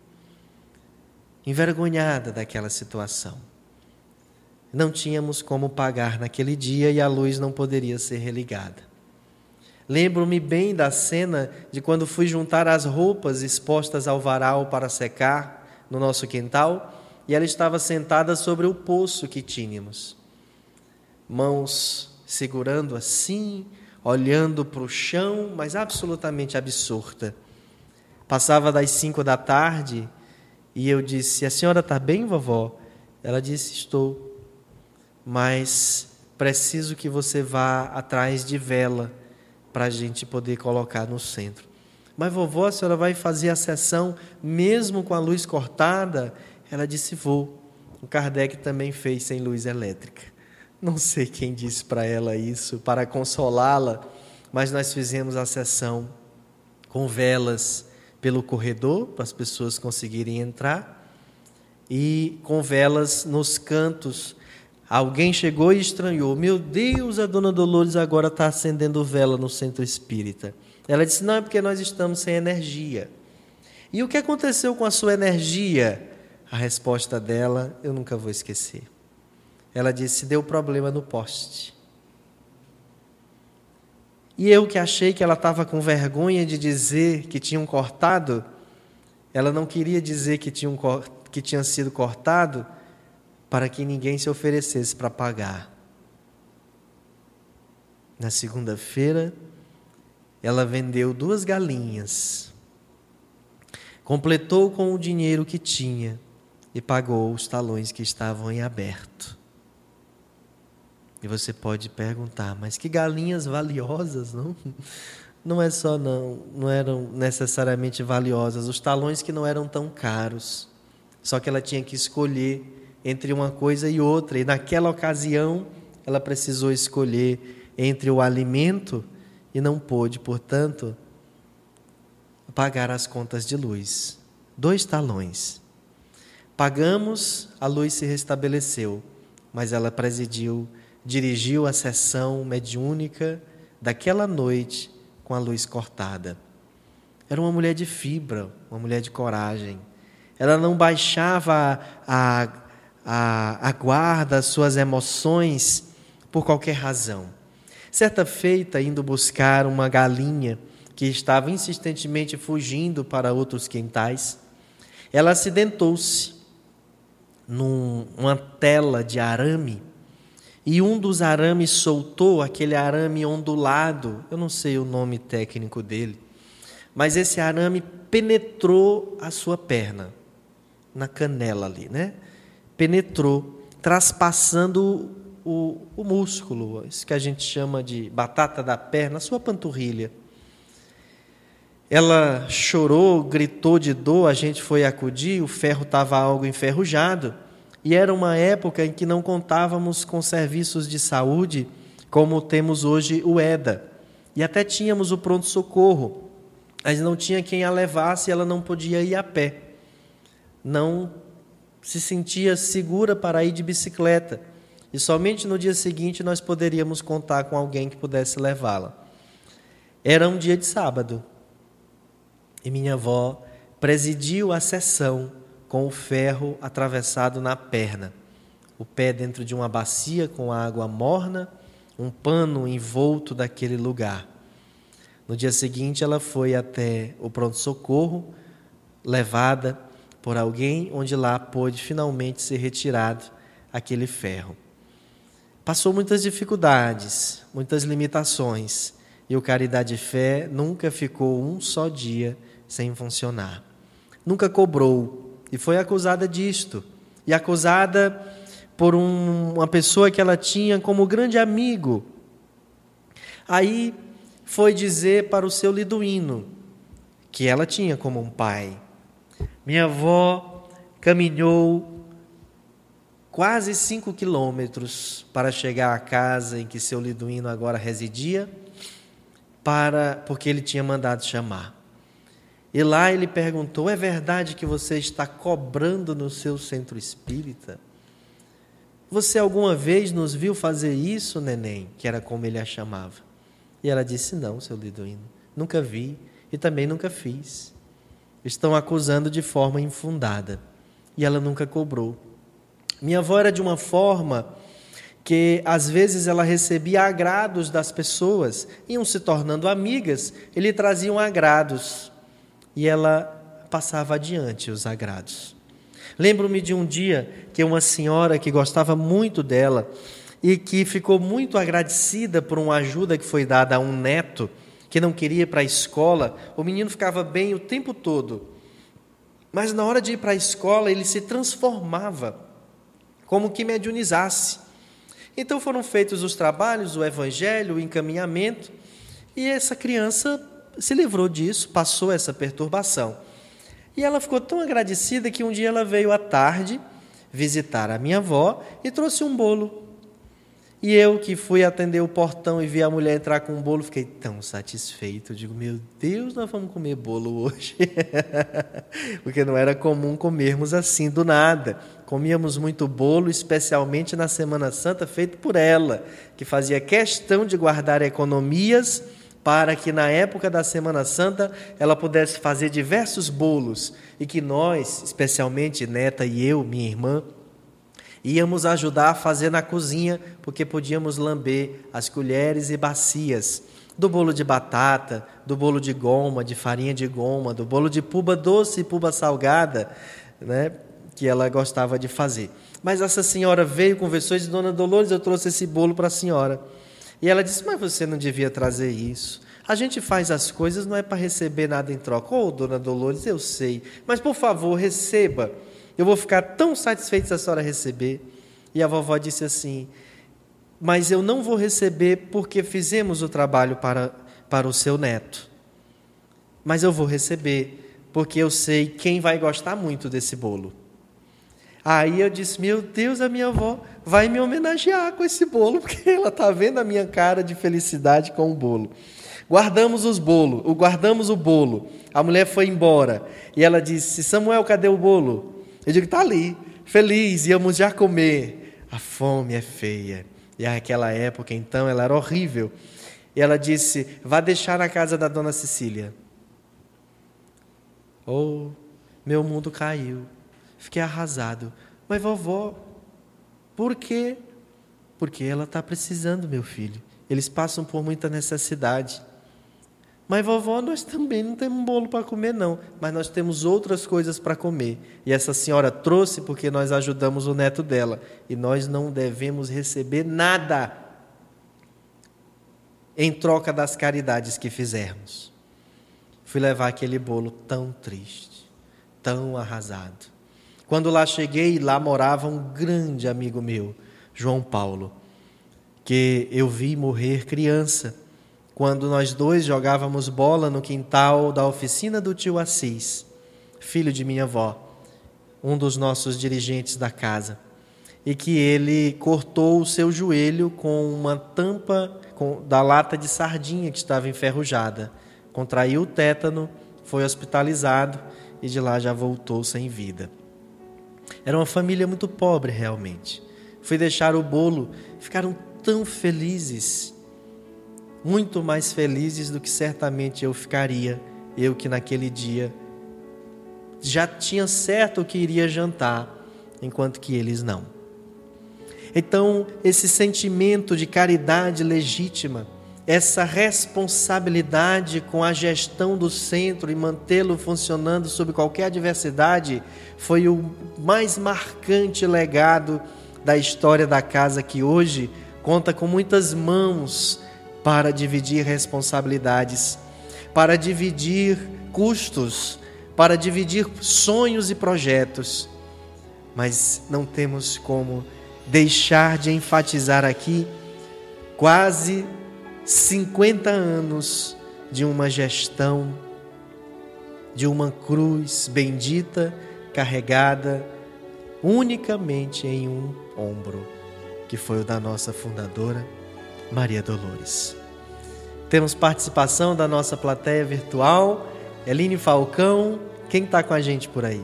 Speaker 1: Envergonhada daquela situação. Não tínhamos como pagar naquele dia e a luz não poderia ser religada. Lembro-me bem da cena de quando fui juntar as roupas expostas ao varal para secar no nosso quintal e ela estava sentada sobre o poço que tínhamos. Mãos segurando assim, olhando para o chão, mas absolutamente absorta. Passava das cinco da tarde e eu disse: a senhora está bem, vovó? Ela disse: estou, mas preciso que você vá atrás de vela para a gente poder colocar no centro. Mas vovó, a senhora vai fazer a sessão mesmo com a luz cortada? Ela disse: vou. O Kardec também fez sem luz elétrica. Não sei quem disse para ela isso, para consolá-la, mas nós fizemos a sessão com velas pelo corredor, para as pessoas conseguirem entrar, e com velas nos cantos. Alguém chegou e estranhou: meu Deus, a dona Dolores agora está acendendo vela no centro espírita. Ela disse: não, é porque nós estamos sem energia. E o que aconteceu com a sua energia? A resposta dela eu nunca vou esquecer. Ela disse: deu problema no poste. E eu, que achei que ela estava com vergonha de dizer que tinham cortado, ela não queria dizer que tinham, que tinha sido cortado, para que ninguém se oferecesse para pagar. Na segunda-feira, ela vendeu duas galinhas, completou com o dinheiro que tinha e pagou os talões que estavam em aberto. E você pode perguntar: mas que galinhas valiosas, não? Não é só não, não eram necessariamente valiosas, os talões que não eram tão caros, só que ela tinha que escolher entre uma coisa e outra, e naquela ocasião ela precisou escolher entre o alimento e não pôde, portanto, pagar as contas de luz. Dois talões. Pagamos, a luz se restabeleceu, mas ela presidiu, dirigiu a sessão mediúnica daquela noite com a luz cortada. Era uma mulher de fibra, uma mulher de coragem. Ela não baixava a, a, a guarda, as suas emoções por qualquer razão. Certa feita, indo buscar uma galinha que estava insistentemente fugindo para outros quintais, ela acidentou-se numa tela de arame, e um dos arames soltou, aquele arame ondulado, eu não sei o nome técnico dele, mas esse arame penetrou a sua perna, na canela ali, né? Penetrou, traspassando o, o músculo, isso que a gente chama de batata da perna, a sua panturrilha. Ela chorou, gritou de dor, a gente foi acudir, o ferro estava algo enferrujado, e era uma época em que não contávamos com serviços de saúde como temos hoje o EDA. E até tínhamos o pronto-socorro, mas não tinha quem a levasse e ela não podia ir a pé. Não se sentia segura para ir de bicicleta. E somente no dia seguinte nós poderíamos contar com alguém que pudesse levá-la. Era um dia de sábado. E minha avó presidiu a sessão com o ferro atravessado na perna, o pé dentro de uma bacia com água morna, um pano envolto daquele lugar. No dia seguinte, ela foi até o pronto-socorro, levada por alguém, onde lá pôde finalmente ser retirado aquele ferro. Passou muitas dificuldades, muitas limitações, e o Caridade e Fé nunca ficou um só dia sem funcionar. Nunca cobrou, e foi acusada disto, e acusada por um, uma pessoa que ela tinha como grande amigo. Aí foi dizer para o seu liduíno, que ela tinha como um pai. Minha avó caminhou quase cinco quilômetros para chegar à casa em que seu liduíno agora residia, para, porque ele tinha mandado chamar. E lá ele perguntou: é verdade que você está cobrando no seu centro espírita? Você alguma vez nos viu fazer isso, neném? Que era como ele a chamava. E ela disse: não, seu liduíno, nunca vi e também nunca fiz. Estão acusando de forma infundada. E ela nunca cobrou. Minha avó era de uma forma que às vezes ela recebia agrados das pessoas, iam se tornando amigas, e lhe traziam agrados. E ela passava adiante os agrados. Lembro-me de um dia que uma senhora que gostava muito dela e que ficou muito agradecida por uma ajuda que foi dada a um neto que não queria ir para a escola. O menino ficava bem o tempo todo, mas na hora de ir para a escola ele se transformava, como que mediunizasse. Então foram feitos os trabalhos, o evangelho, o encaminhamento, e essa criança se livrou disso, passou essa perturbação. E ela ficou tão agradecida que um dia ela veio à tarde visitar a minha avó e trouxe um bolo. E eu, que fui atender o portão e vi a mulher entrar com um bolo, fiquei tão satisfeito. Eu digo, meu Deus, nós vamos comer bolo hoje. Porque não era comum comermos assim do nada. Comíamos muito bolo, especialmente na Semana Santa, feito por ela, que fazia questão de guardar economias para que na época da Semana Santa ela pudesse fazer diversos bolos e que nós, especialmente Neta e eu, minha irmã, íamos ajudar a fazer na cozinha, porque podíamos lamber as colheres e bacias do bolo de batata, do bolo de goma, de farinha de goma, do bolo de puba doce e puba salgada, né, que ela gostava de fazer. Mas essa senhora veio, conversou e disse, Dona Dolores, eu trouxe esse bolo para a senhora. E ela disse, mas você não devia trazer isso. A gente faz as coisas, não é para receber nada em troca. Ô, Dona Dolores, eu sei, mas por favor, receba. Eu vou ficar tão satisfeito se a senhora receber. E a vovó disse assim, mas eu não vou receber porque fizemos o trabalho para, para o seu neto. Mas eu vou receber porque eu sei quem vai gostar muito desse bolo. Aí eu disse, meu Deus, a minha avó vai me homenagear com esse bolo, porque ela está vendo a minha cara de felicidade com o bolo. Guardamos os bolos, guardamos o bolo. A mulher foi embora. E ela disse, Samuel, cadê o bolo? Eu digo, está ali, feliz, íamos já comer. A fome é feia. E naquela época, então, ela era horrível. E ela disse, vá deixar na casa da dona Cecília. Oh, meu mundo caiu. Fiquei arrasado. Mas vovó, por quê? Porque ela está precisando, meu filho. Eles passam por muita necessidade. Mas vovó, nós também não temos bolo para comer não, mas nós temos outras coisas para comer. E essa senhora trouxe porque nós ajudamos o neto dela. E nós não devemos receber nada em troca das caridades que fizermos. Fui levar aquele bolo tão triste, tão arrasado. Quando lá cheguei, lá morava um grande amigo meu, João Paulo, que eu vi morrer criança, quando nós dois jogávamos bola no quintal da oficina do tio Assis, filho de minha avó, um dos nossos dirigentes da casa, e que ele cortou o seu joelho com uma tampa com, da lata de sardinha que estava enferrujada, contraiu o tétano, foi hospitalizado e de lá já voltou sem vida. Era uma família muito pobre realmente. Fui deixar o bolo, ficaram tão felizes, muito mais felizes do que certamente eu ficaria, eu que naquele dia já tinha certo o que iria jantar, enquanto que eles não. Então, esse sentimento de caridade legítima, essa responsabilidade com a gestão do centro e mantê-lo funcionando sob qualquer adversidade, foi o mais marcante legado da história da casa, que hoje conta com muitas mãos para dividir responsabilidades, para dividir custos, para dividir sonhos e projetos. Mas não temos como deixar de enfatizar aqui quase cinquenta anos de uma gestão, de uma cruz bendita, carregada unicamente em um ombro, que foi o da nossa fundadora, Maria Dolores. Temos participação da nossa plateia virtual, Eline Falcão, quem está com a gente por aí?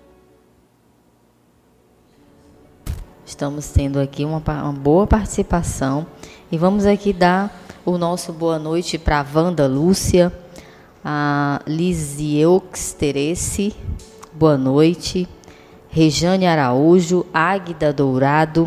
Speaker 2: Estamos tendo aqui uma, uma boa participação e vamos aqui dar o nosso boa noite para a Wanda Lúcia, a Lisieux Terece, boa noite, Rejane Araújo, Águida Dourado,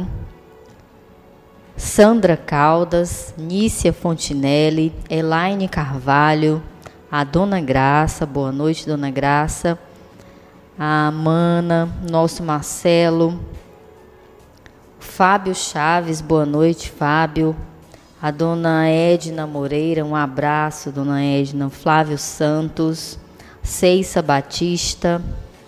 Speaker 2: Sandra Caldas, Nícia Fontinelli, Elaine Carvalho, a Dona Graça, boa noite, Dona Graça, a Mana, nosso Marcelo, Fábio Chaves, boa noite, Fábio, a Dona Edna Moreira, um abraço, Dona Edna, Flávio Santos, Ceissa Batista,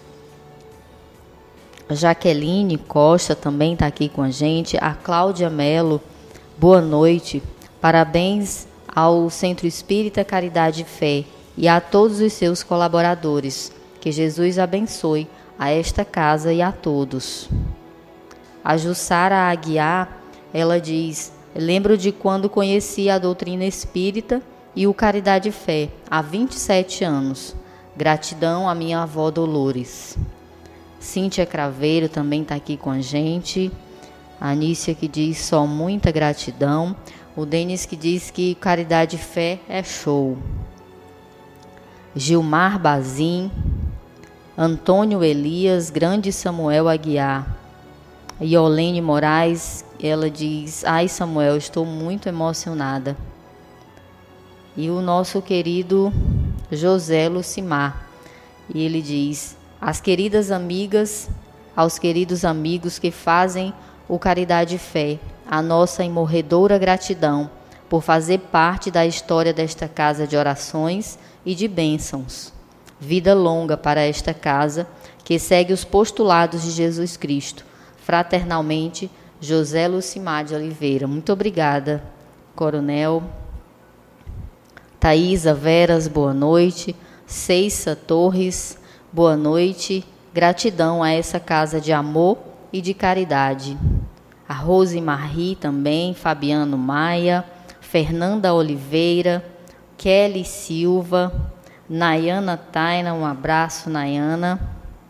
Speaker 2: Jaqueline Costa também está aqui com a gente, a Cláudia Melo, boa noite, parabéns ao Centro Espírita Caridade e Fé e a todos os seus colaboradores. Que Jesus abençoe a esta casa e a todos. A Jussara Aguiar, ela diz: lembro de quando conheci a doutrina espírita e o Caridade e Fé, há vinte e sete anos. Gratidão à minha avó Dolores. Cíntia Craveiro também está aqui com a gente. A Anícia que diz só muita gratidão. O Denis que diz que Caridade e Fé é show. Gilmar Bazin. Antônio Elias, Grande Samuel Aguiar. Iolene Moraes, ela diz: ai Samuel, estou muito emocionada. E o nosso querido José Lucimar, e ele diz: as queridas amigas, aos queridos amigos que fazem o Caridade e Fé, a nossa imorredoura gratidão por fazer parte da história desta casa de orações e de bênçãos. Vida longa para esta casa, que segue os postulados de Jesus Cristo. Fraternalmente, José Lucimar de Oliveira. Muito obrigada, Coronel. Thaisa Veras, boa noite. Ceissa Torres, boa noite. Gratidão a essa casa de amor e de caridade. A Rose Marie também, Fabiano Maia, Fernanda Oliveira, Kelly Silva, Nayana Taina, um abraço, Nayana.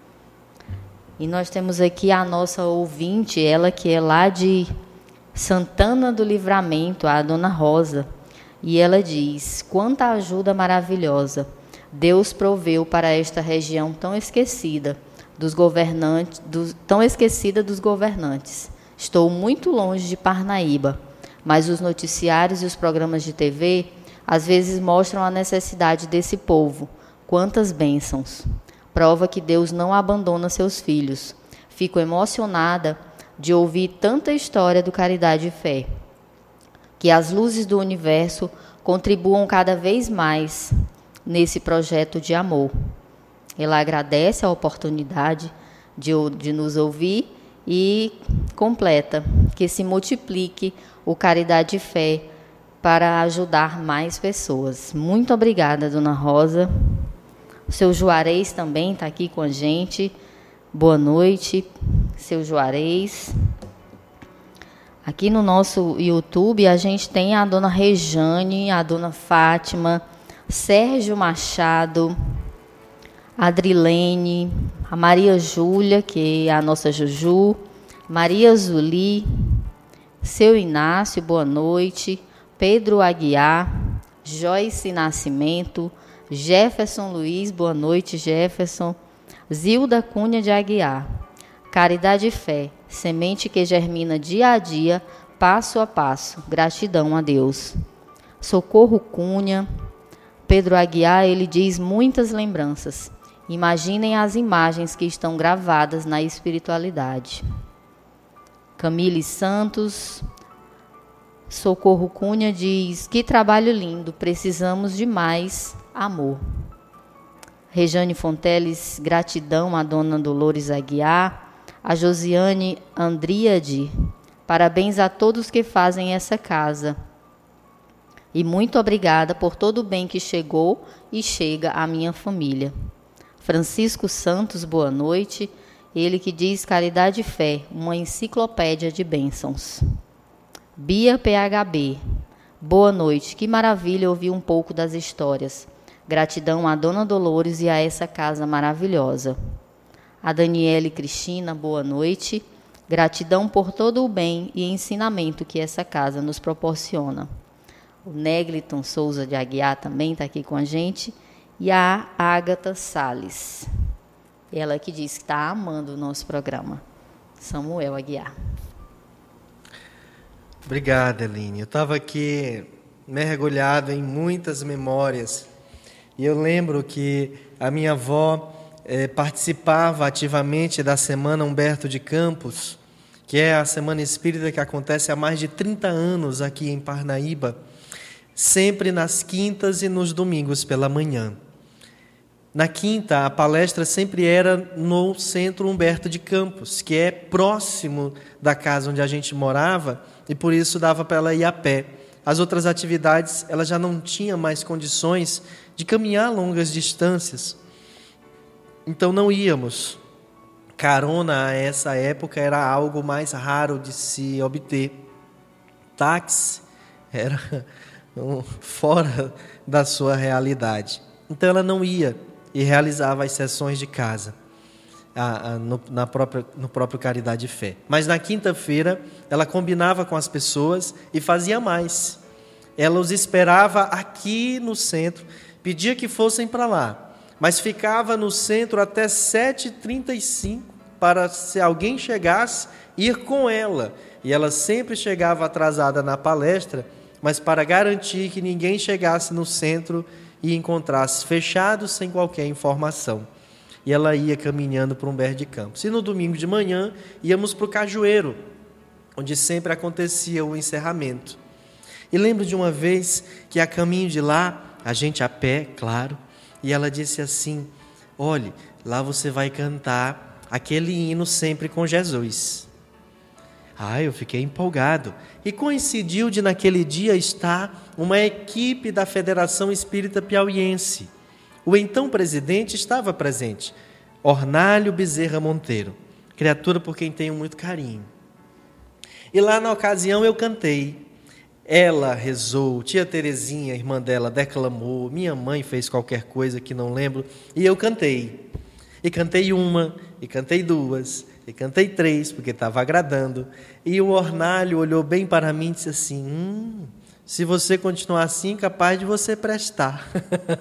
Speaker 2: E nós temos aqui a nossa ouvinte, ela que é lá de Santana do Livramento, a Dona Rosa. E ela diz: quanta ajuda maravilhosa Deus proveu para esta região tão esquecida dos governantes, dos, tão esquecida dos governantes. Estou muito longe de Parnaíba, mas os noticiários e os programas de T V às vezes mostram a necessidade desse povo. Quantas bênçãos! Prova que Deus não abandona seus filhos. Fico emocionada de ouvir tanta história do Caridade e Fé. Que as luzes do universo contribuam cada vez mais nesse projeto de amor. Ela agradece a oportunidade de, de nos ouvir e completa: que se multiplique o Caridade e Fé para ajudar mais pessoas. Muito obrigada, Dona Rosa. O seu Juarez também está aqui com a gente. Boa noite, seu Juarez. Aqui no nosso YouTube a gente tem a Dona Rejane, a Dona Fátima, Sérgio Machado, Adrilene, a Maria Júlia, que é a nossa Juju, Maria Zuli, seu Inácio, boa noite, Pedro Aguiar, Joyce Nascimento, Jefferson Luiz, boa noite, Jefferson, Zilda Cunha de Aguiar. Caridade e Fé, semente que germina dia a dia, passo a passo. Gratidão a Deus. Socorro Cunha, Pedro Aguiar, ele diz muitas lembranças. Imaginem as imagens que estão gravadas na espiritualidade. Camille Santos, Socorro Cunha diz: que trabalho lindo, precisamos de mais amor. Rejane Fonteles, gratidão à Dona Dolores Aguiar. A Josiane Andríade, parabéns a todos que fazem essa casa. E muito obrigada por todo o bem que chegou e chega à minha família. Francisco Santos, boa noite. Ele que diz: Caridade e Fé, uma enciclopédia de bênçãos. Bia P H B, boa noite. Que maravilha ouvir um pouco das histórias. Gratidão à Dona Dolores e a essa casa maravilhosa. A Daniele Cristina, boa noite. Gratidão por todo o bem e ensinamento que essa casa nos proporciona. O Negliton Souza de Aguiar também está aqui com a gente. E a Ágata Salles. Ela que diz que está amando o nosso programa. Samuel Aguiar.
Speaker 1: Obrigada, Eline. Eu estava aqui mergulhado em muitas memórias. E eu lembro que a minha avó eh, participava ativamente da Semana Humberto de Campos, que é a Semana Espírita que acontece há mais de trinta anos aqui em Parnaíba, sempre nas quintas e nos domingos pela manhã. Na quinta, a palestra sempre era no Centro Humberto de Campos, que é próximo da casa onde a gente morava, e por isso dava para ela ir a pé. As outras atividades, ela já não tinha mais condições de caminhar longas distâncias. então não íamos. Carona a essa época era algo mais raro de se obter. Táxi era um, fora da sua realidade. Então ela não ia e realizava as sessões de casa a, a, no, na própria, no próprio Caridade e Fé. Mas na quinta-feira ela combinava com as pessoas e fazia mais. Ela os esperava aqui no centro, pedia que fossem para lá, mas ficava no centro até sete e trinta e cinco para, se alguém chegasse, ir com ela. E ela sempre chegava atrasada na palestra, mas para garantir que ninguém chegasse no centro e encontrasse fechado sem qualquer informação. E ela ia caminhando para Humberto de Campos. E no domingo de manhã íamos para o Cajueiro, onde sempre acontecia o encerramento. E lembro de uma vez que a caminho de lá, a gente a pé, claro, e ela disse assim: olhe, lá você vai cantar aquele hino Sempre com Jesus. Ah, eu fiquei empolgado. E coincidiu de naquele dia estar uma equipe da Federação Espírita Piauiense. O então presidente estava presente, Ornálio Bezerra Monteiro, criatura por quem tenho muito carinho. E lá na ocasião eu cantei. Ela rezou, tia Terezinha, irmã dela, declamou, minha mãe fez qualquer coisa que não lembro, e eu cantei. E cantei uma, e cantei duas, e cantei três, porque estava agradando. E o Ornálio olhou bem para mim e disse assim: hum, se você continuar assim, capaz de você prestar.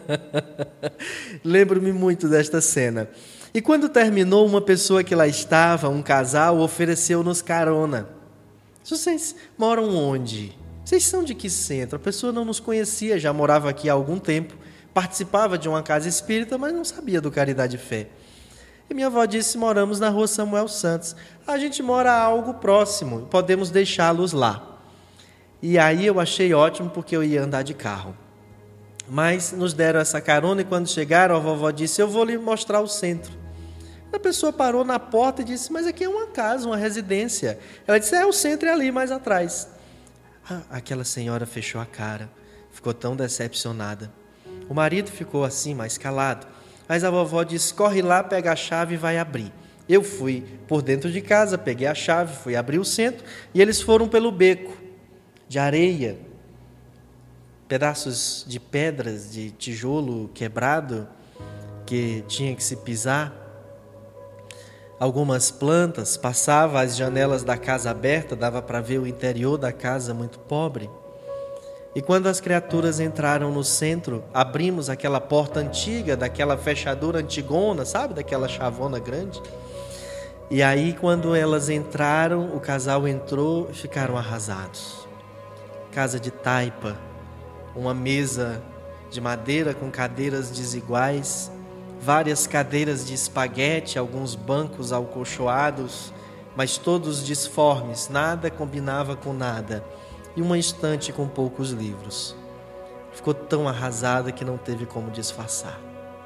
Speaker 1: Lembro-me muito desta cena. E quando terminou, uma pessoa que lá estava, um casal, ofereceu-nos carona. Vocês moram onde? Vocês são de que centro? A pessoa não nos conhecia, já morava aqui há algum tempo, participava de uma casa espírita, mas não sabia do Caridade e Fé. E minha avó disse: moramos na rua Samuel Santos. A gente mora algo próximo, podemos deixá-los lá. E aí eu achei ótimo, porque eu ia andar de carro. Mas nos deram essa carona e quando chegaram, a vovó disse: eu vou lhe mostrar o centro. A pessoa parou na porta e disse: mas aqui é uma casa, uma residência. Ela disse: é, o centro é ali, mais atrás. Ah, aquela senhora fechou a cara, ficou tão decepcionada. O marido ficou assim, mais calado. Mas a vovó disse: corre lá, pega a chave e vai abrir. Eu fui por dentro de casa, peguei a chave, fui abrir o centro e eles foram pelo beco de areia, pedaços de pedras, de tijolo quebrado que tinha que se pisar. Algumas plantas, passava as janelas da casa aberta, dava para ver o interior da casa muito pobre. E quando as criaturas entraram no centro, abrimos aquela porta antiga, daquela fechadura antigona, sabe? Daquela chavona grande. E aí, quando elas entraram, o casal entrou e ficaram arrasados. Casa de taipa, uma mesa de madeira com cadeiras desiguais, várias cadeiras de espaguete, alguns bancos alcolchoados, mas todos disformes, nada combinava com nada. E uma estante com poucos livros. Ficou tão arrasada que não teve como disfarçar.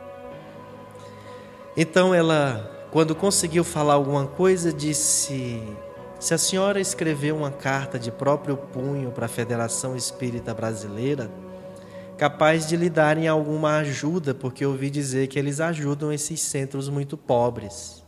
Speaker 1: Então ela, quando conseguiu falar alguma coisa, disse: se a senhora escreveu uma carta de próprio punho para a Federação Espírita Brasileira, capaz de lhe darem alguma ajuda, porque eu ouvi dizer que eles ajudam esses centros muito pobres.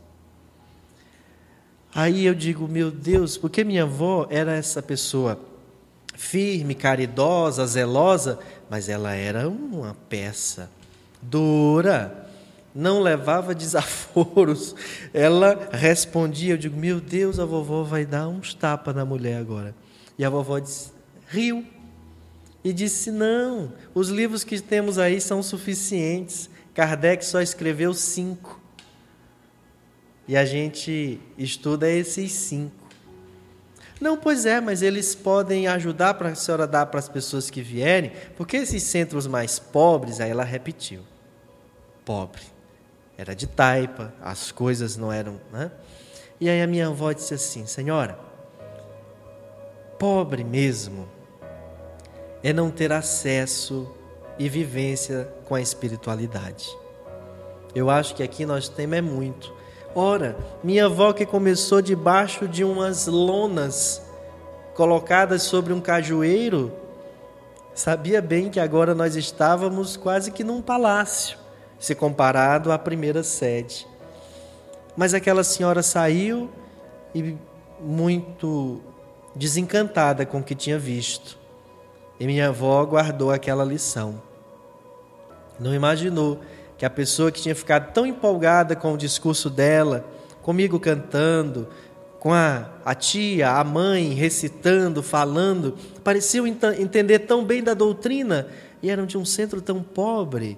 Speaker 1: Aí eu digo: meu Deus, porque minha avó era essa pessoa firme, caridosa, zelosa, mas ela era uma peça dura, não levava desaforos, ela respondia. Eu digo: meu Deus, a vovó vai dar uns tapas na mulher agora. E a vovó disse, riu e disse: não, os livros que temos aí são suficientes, Kardec só escreveu cinco, e a gente estuda esses cinco. Não, pois é, mas eles podem ajudar para a senhora dar para as pessoas que vierem, porque esses centros mais pobres, aí ela repetiu, pobre, era de taipa, as coisas não eram, né? E aí a minha avó disse assim: senhora, pobre mesmo é não ter acesso e vivência com a espiritualidade. Eu acho que aqui nós temos é muito. Ora, minha avó, que começou debaixo de umas lonas colocadas sobre um cajueiro, sabia bem que agora nós estávamos quase que num palácio, se comparado à primeira sede. Mas aquela senhora saiu e muito desencantada com o que tinha visto. E minha avó guardou aquela lição. Não imaginou que a pessoa que tinha ficado tão empolgada com o discurso dela, comigo cantando, com a, a tia, a mãe recitando, falando, pareciam ent- entender tão bem da doutrina e eram de um centro tão pobre.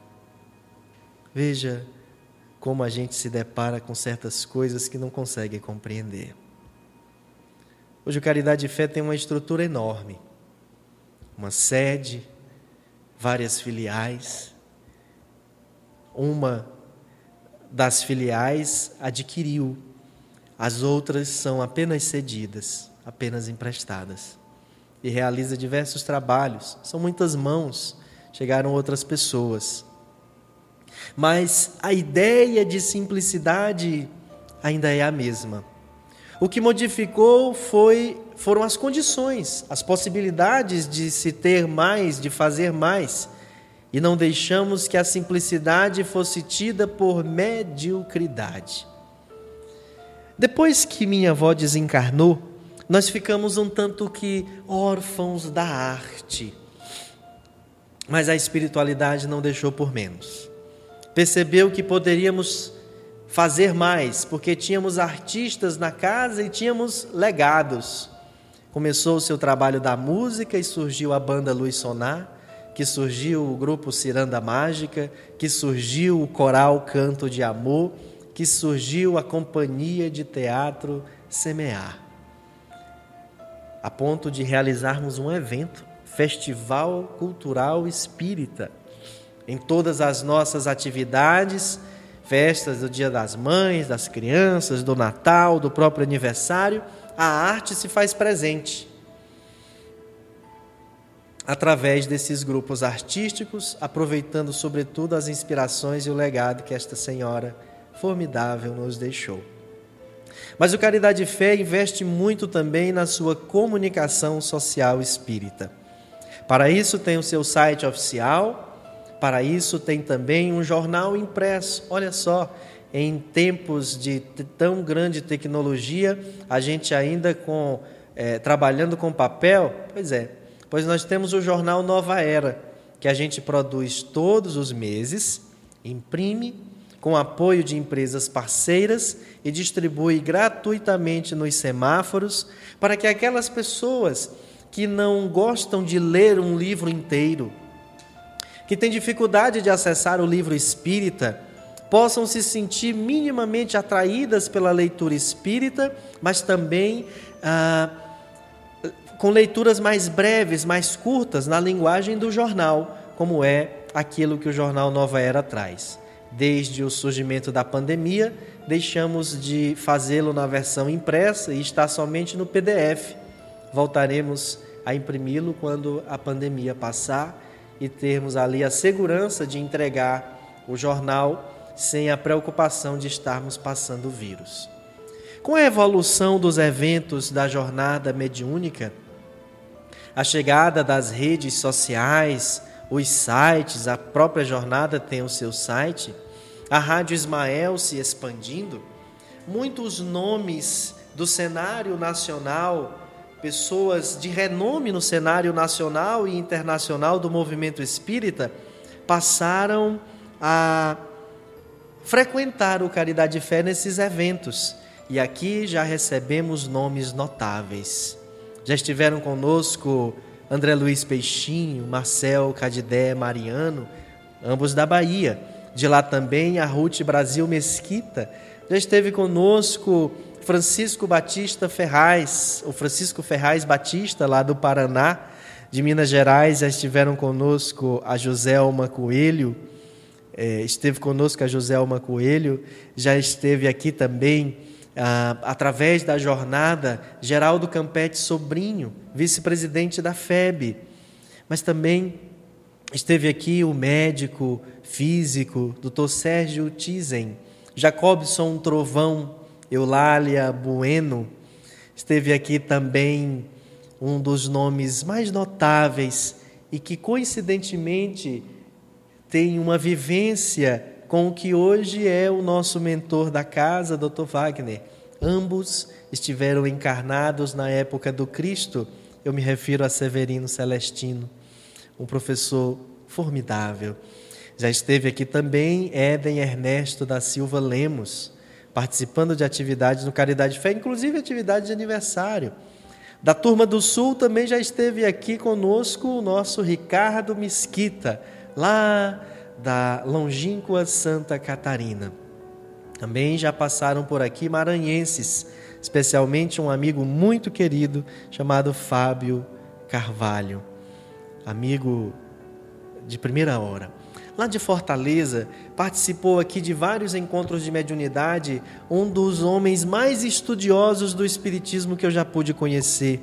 Speaker 1: Veja como a gente se depara com certas coisas que não consegue compreender. Hoje o Caridade e Fé tem uma estrutura enorme, uma sede, várias filiais. Uma das filiais adquiriu, as outras são apenas cedidas, apenas emprestadas. E realiza diversos trabalhos, são muitas mãos, chegaram outras pessoas. Mas a ideia de simplicidade ainda é a mesma. O que modificou foi, foram as condições, as possibilidades de se ter mais, de fazer mais. E não deixamos que a simplicidade fosse tida por mediocridade. Depois que minha avó desencarnou, nós ficamos um tanto que órfãos da arte. Mas a espiritualidade não deixou por menos. Percebeu que poderíamos fazer mais, porque tínhamos artistas na casa e tínhamos legados. Começou o seu trabalho da música e surgiu a banda Luz Sonar, que surgiu o grupo Ciranda Mágica, que surgiu o coral Canto de Amor, que surgiu a companhia de teatro Semear. A ponto de realizarmos um evento, Festival Cultural Espírita. Em todas as nossas atividades, festas do Dia das Mães, das crianças, do Natal, do próprio aniversário, a arte se faz presente. Através desses grupos artísticos, aproveitando sobretudo as inspirações e o legado que esta senhora formidável nos deixou. Mas o Caridade e Fé investe muito também na sua comunicação social espírita. Para isso tem o seu site oficial, para isso tem também um jornal impresso. Olha só, em tempos de tão grande tecnologia, a gente ainda com, é, trabalhando com papel, pois é, pois nós temos o jornal Nova Era, que a gente produz todos os meses, imprime, com apoio de empresas parceiras e distribui gratuitamente nos semáforos, para que aquelas pessoas que não gostam de ler um livro inteiro, que têm dificuldade de acessar o livro espírita, possam se sentir minimamente atraídas pela leitura espírita, mas também ah, com leituras mais breves, mais curtas, na linguagem do jornal, como é aquilo que o jornal Nova Era traz. Desde o surgimento da pandemia, deixamos de fazê-lo na versão impressa e está somente no P D F. Voltaremos a imprimi-lo quando a pandemia passar e termos ali a segurança de entregar o jornal sem a preocupação de estarmos passando o vírus. Com a evolução dos eventos da jornada mediúnica, a chegada das redes sociais, os sites, a própria jornada tem o seu site, a Rádio Ismael se expandindo, muitos nomes do cenário nacional, pessoas de renome no cenário nacional e internacional do movimento espírita, passaram a frequentar o Caridade e Fé nesses eventos. E aqui já recebemos nomes notáveis. Já estiveram conosco André Luiz Peixinho, Marcel Cadidé Mariano, ambos da Bahia. De lá também a Ruth Brasil Mesquita. Já esteve conosco Francisco Batista Ferraz, o Francisco Ferraz Batista, lá do Paraná. De Minas Gerais já estiveram conosco a Joselma Coelho, é, esteve conosco a Joselma Coelho, já esteve aqui também, ah, através da jornada, Geraldo Campete Sobrinho, vice-presidente da F E B. Mas também esteve aqui o médico físico, doutor Sérgio Tizen, Jacobson Trovão, Eulália Bueno. Esteve aqui também um dos nomes mais notáveis e que, coincidentemente, tem uma vivência com o que hoje é o nosso mentor da casa, doutor Wagner. Ambos estiveram encarnados na época do Cristo. Eu me refiro a Severino Celestino, um professor formidável. Já esteve aqui também Éden Ernesto da Silva Lemos, participando de atividades no Caridade e Fé, inclusive atividade de aniversário. Da Turma do Sul também já esteve aqui conosco o nosso Ricardo Mesquita, lá da longínqua Santa Catarina. Também já passaram por aqui maranhenses, especialmente um amigo muito querido chamado Fábio Carvalho, amigo de primeira hora. Lá de Fortaleza, participou aqui de vários encontros de mediunidade, um dos homens mais estudiosos do Espiritismo que eu já pude conhecer,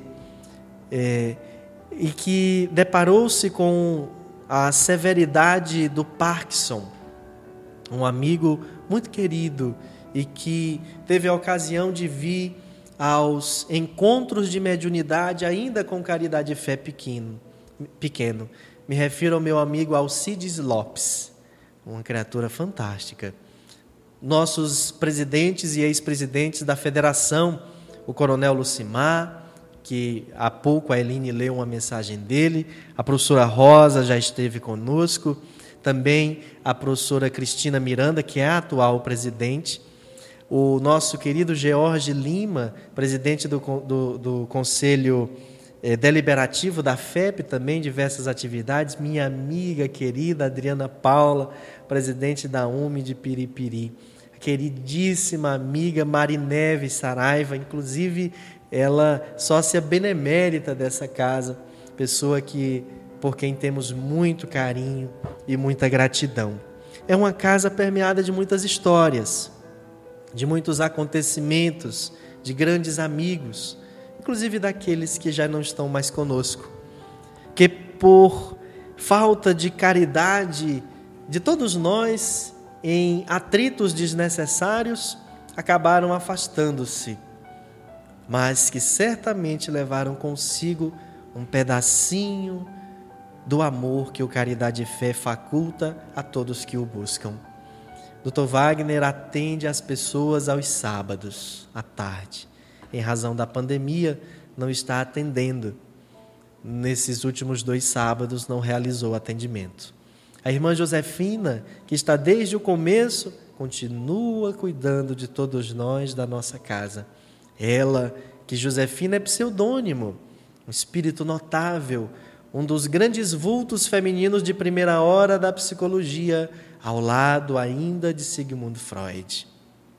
Speaker 1: é, e que deparou-se com a severidade do Parkinson, um amigo muito querido e que teve a ocasião de vir aos encontros de mediunidade ainda com Caridade e Fé pequeno. pequeno. Me refiro ao meu amigo Alcides Lopes, uma criatura fantástica. Nossos presidentes e ex-presidentes da federação, o coronel Lucimar, que há pouco a Eline leu uma mensagem dele, a professora Rosa já esteve conosco, também a professora Cristina Miranda, que é a atual presidente, o nosso querido George Lima, presidente do, do, do Conselho eh, Deliberativo da F E P, também diversas atividades, minha amiga querida Adriana Paula, presidente da U M E de Piripiri, a queridíssima amiga Marineve Saraiva, inclusive ela sócia benemérita dessa casa, pessoa que, por quem temos muito carinho e muita gratidão. É uma casa permeada de muitas histórias, de muitos acontecimentos, de grandes amigos, inclusive daqueles que já não estão mais conosco, que por falta de caridade de todos nós, em atritos desnecessários, acabaram afastando-se, mas que certamente levaram consigo um pedacinho do amor que o Caridade e Fé faculta a todos que o buscam. doutor Wagner atende as pessoas aos sábados, à tarde. Em razão da pandemia, não está atendendo. Nesses últimos dois sábados, não realizou atendimento. A irmã Josefina, que está desde o começo, continua cuidando de todos nós da nossa casa. Ela, que Josefina é pseudônimo, um espírito notável, um dos grandes vultos femininos de primeira hora da psicologia, ao lado ainda de Sigmund Freud.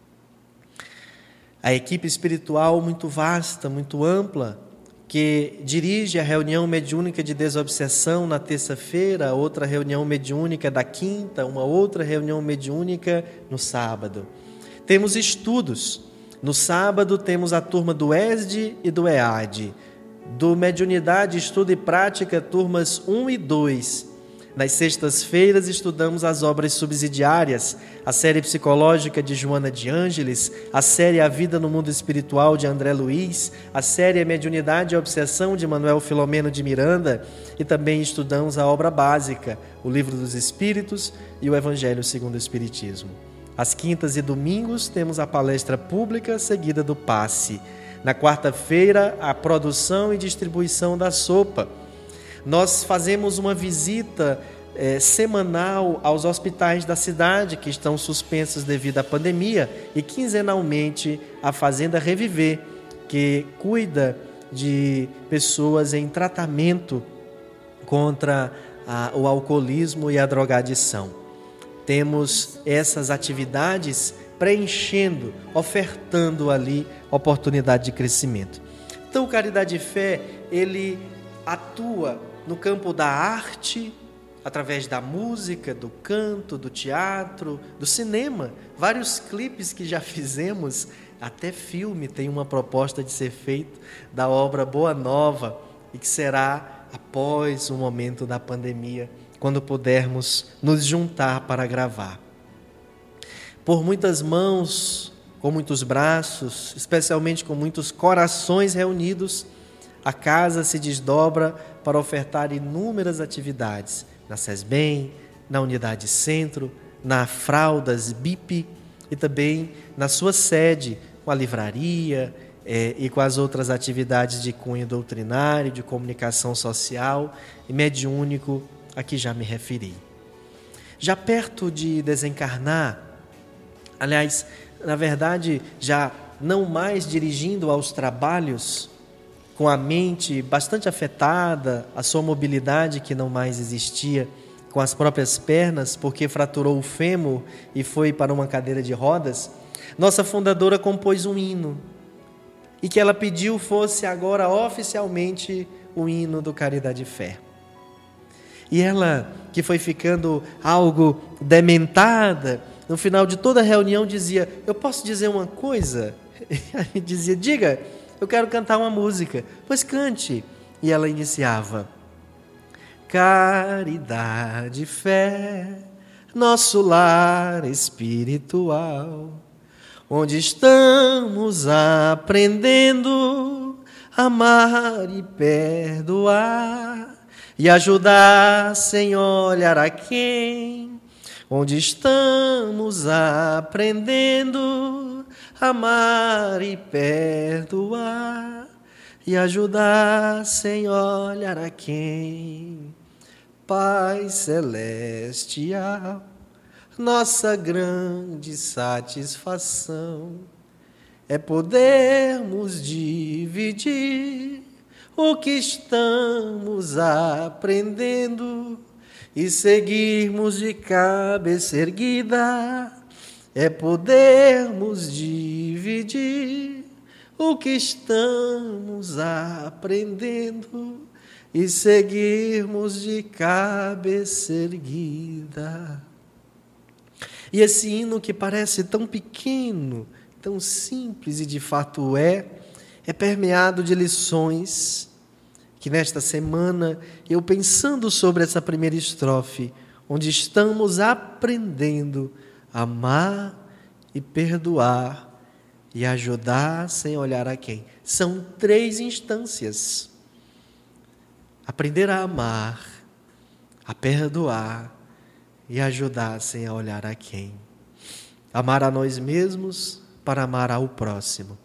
Speaker 1: A equipe espiritual muito vasta, muito ampla, que dirige a reunião mediúnica de desobsessão na terça-feira, outra reunião mediúnica da quinta, uma outra reunião mediúnica no sábado. Temos estudos. No sábado temos a turma do E S D e do E A D. Do Mediunidade, Estudo e Prática, turmas um e dois. Nas sextas-feiras estudamos as obras subsidiárias, a série psicológica de Joana de Ângeles, a série A Vida no Mundo Espiritual de André Luiz, a série A Mediunidade e Obsessão de Manuel Filomeno de Miranda, e também estudamos a obra básica, o Livro dos Espíritos e o Evangelho segundo o Espiritismo. Às quintas e domingos temos a palestra pública seguida do passe. Na quarta-feira, a produção e distribuição da sopa. Nós fazemos uma visita eh, semanal aos hospitais da cidade que estão suspensos devido à pandemia e quinzenalmente a Fazenda Reviver, que cuida de pessoas em tratamento contra a, o alcoolismo e a drogadição. Temos essas atividades preenchendo, ofertando ali oportunidade de crescimento. Então, o Caridade e Fé, ele atua no campo da arte, através da música, do canto, do teatro, do cinema. Vários clipes que já fizemos, até filme tem uma proposta de ser feito da obra Boa Nova e que será após o momento da pandemia, quando pudermos nos juntar para gravar. Por muitas mãos, com muitos braços, especialmente com muitos corações reunidos, a casa se desdobra para ofertar inúmeras atividades na SESBEM, na Unidade Centro, na Fraldas B I P e também na sua sede, com a livraria é, e com as outras atividades de cunho doutrinário, de comunicação social e mediúnico a que já me referi. Já perto de desencarnar, aliás, na verdade, já não mais dirigindo aos trabalhos, com a mente bastante afetada, a sua mobilidade que não mais existia, com as próprias pernas, porque fraturou o fêmur e foi para uma cadeira de rodas, nossa fundadora compôs um hino, e que ela pediu fosse agora oficialmente o hino do Caridade e Fé. E ela, que foi ficando algo dementada, no final de toda a reunião dizia: eu posso dizer uma coisa? E aí dizia: diga, eu quero cantar uma música. Pois cante. E ela iniciava: caridade e fé, nosso lar espiritual, onde estamos aprendendo a amar e perdoar, e ajudar sem olhar a quem, onde estamos aprendendo a amar e perdoar, e ajudar sem olhar a quem. Pai celestial, nossa grande satisfação é podermos dividir o que estamos aprendendo e seguirmos de cabeça erguida. É podermos dividir o que estamos aprendendo e seguirmos de cabeça erguida. E esse hino que parece tão pequeno, tão simples e de fato é, é permeado de lições que nesta semana, eu pensando sobre essa primeira estrofe, onde estamos aprendendo a amar e perdoar e ajudar sem olhar a quem. São três instâncias. Aprender a amar, a perdoar e ajudar sem olhar a quem. Amar a nós mesmos para amar ao próximo.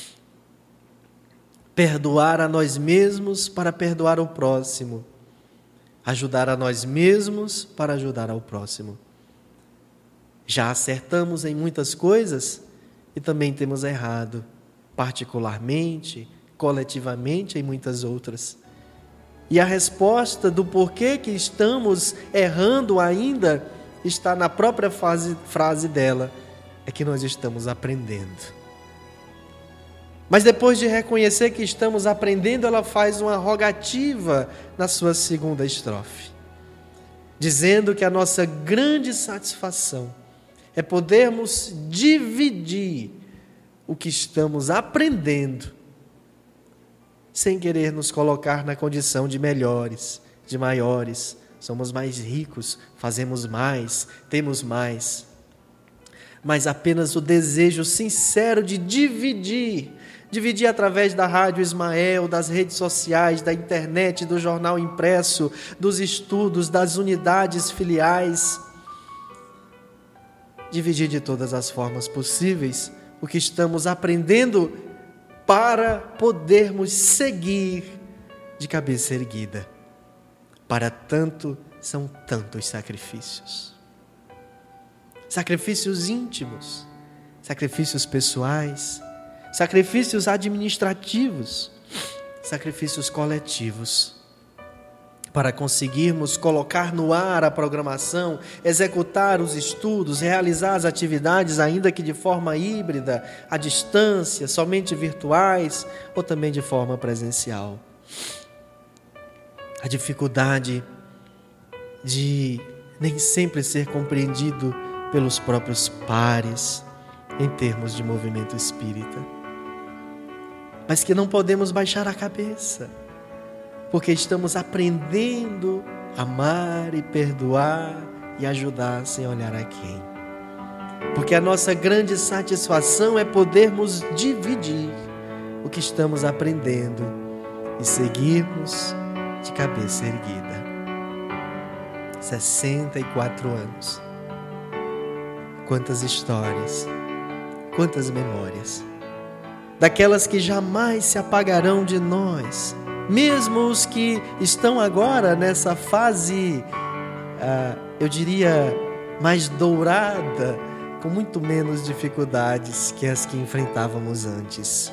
Speaker 1: Perdoar a nós mesmos para perdoar o próximo. Ajudar a nós mesmos para ajudar ao próximo. Já acertamos em muitas coisas e também temos errado, particularmente, coletivamente em muitas outras. E a resposta do porquê que estamos errando ainda está na própria frase, frase dela, é que nós estamos aprendendo. Mas depois de reconhecer que estamos aprendendo, ela faz uma rogativa na sua segunda estrofe, dizendo que a nossa grande satisfação é podermos dividir o que estamos aprendendo, sem querer nos colocar na condição de melhores, de maiores, somos mais ricos, fazemos mais, temos mais, mas apenas o desejo sincero de dividir, dividir através da Rádio Ismael, das redes sociais, da internet, do jornal impresso, dos estudos, das unidades filiais, dividir de todas as formas possíveis o que estamos aprendendo para podermos seguir de cabeça erguida. Para tanto, são tantos sacrifícios. Sacrifícios íntimos, sacrifícios pessoais, sacrifícios administrativos, sacrifícios coletivos, para conseguirmos colocar no ar a programação, executar os estudos, realizar as atividades, ainda que de forma híbrida, à distância, somente virtuais ou também de forma presencial. A dificuldade de nem sempre ser compreendido pelos próprios pares em termos de movimento espírita, mas que não podemos baixar a cabeça, porque estamos aprendendo a amar e perdoar e ajudar sem olhar a quem. Porque a nossa grande satisfação é podermos dividir o que estamos aprendendo e seguirmos de cabeça erguida. sessenta e quatro anos. Quantas histórias, quantas memórias, daquelas que jamais se apagarão de nós, mesmo os que estão agora nessa fase, ah, eu diria, mais dourada, com muito menos dificuldades que as que enfrentávamos antes.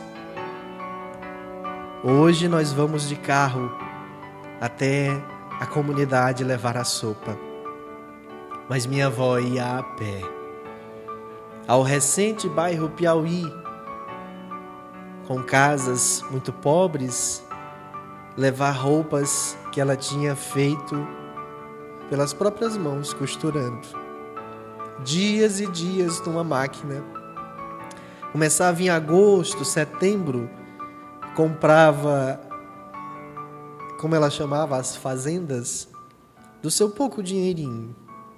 Speaker 1: Hoje nós vamos de carro até a comunidade levar a sopa, mas minha avó ia a pé ao recente bairro Piauí, com casas muito pobres, levar roupas que ela tinha feito pelas próprias mãos, costurando. Dias e dias numa máquina. Começava em agosto, setembro, comprava, como ela chamava, as fazendas, do seu pouco dinheirinho.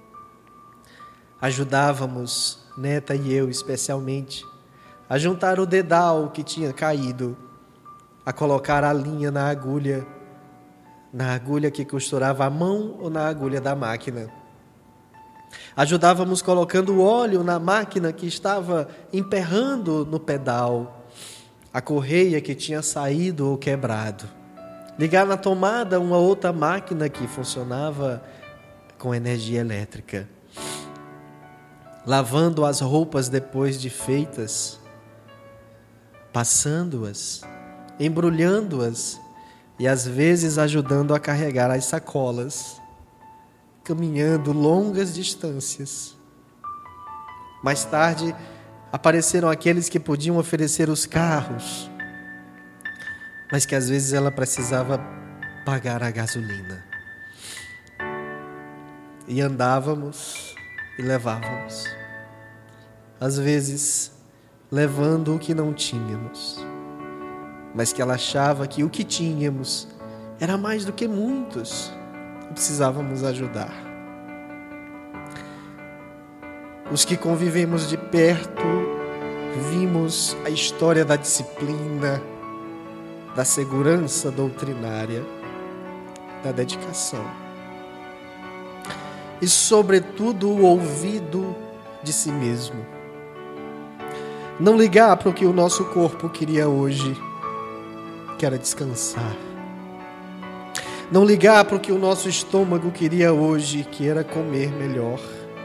Speaker 1: Ajudávamos, neta e eu especialmente, a juntar o dedal que tinha caído, a colocar a linha na agulha, na agulha que costurava a mão ou na agulha da máquina. Ajudávamos colocando o óleo na máquina que estava emperrando no pedal, a correia que tinha saído ou quebrado. Ligar na tomada uma outra máquina que funcionava com energia elétrica. Lavando as roupas depois de feitas, passando-as, embrulhando-as e às vezes ajudando a carregar as sacolas, caminhando longas distâncias. Mais tarde, apareceram aqueles que podiam oferecer os carros, mas que às vezes ela precisava pagar a gasolina. E andávamos e levávamos, às vezes levando o que não tínhamos, mas que ela achava que o que tínhamos era mais do que muitos e precisávamos ajudar. Os que convivemos de perto, vimos a história da disciplina, da segurança doutrinária, da dedicação. E, sobretudo, o ouvido de si mesmo. Não ligar para o que o nosso corpo queria hoje, que era descansar. Não ligar para o que o nosso estômago queria hoje, que era comer melhor.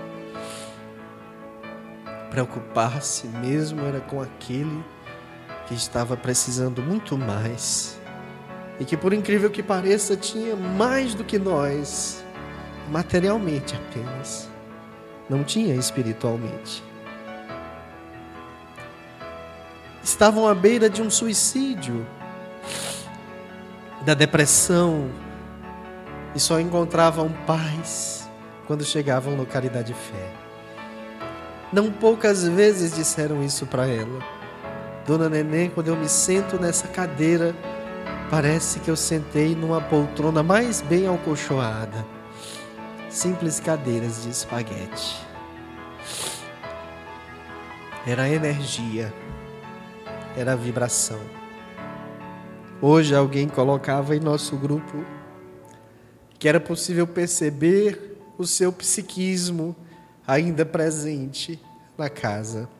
Speaker 1: Preocupar-se mesmo era com aquele que estava precisando muito mais e que, por incrível que pareça, tinha mais do que nós, materialmente apenas, não tinha espiritualmente. Estavam à beira de um suicídio, da depressão, e só encontravam paz quando chegavam no Caridade e Fé. Não poucas vezes disseram isso para ela: Dona Neném, quando eu me sento nessa cadeira, parece que eu sentei numa poltrona mais bem acolchoada. Simples cadeiras de espaguete. Era a energia, era a vibração. Hoje alguém colocava em nosso grupo que era possível perceber o seu psiquismo ainda presente na casa.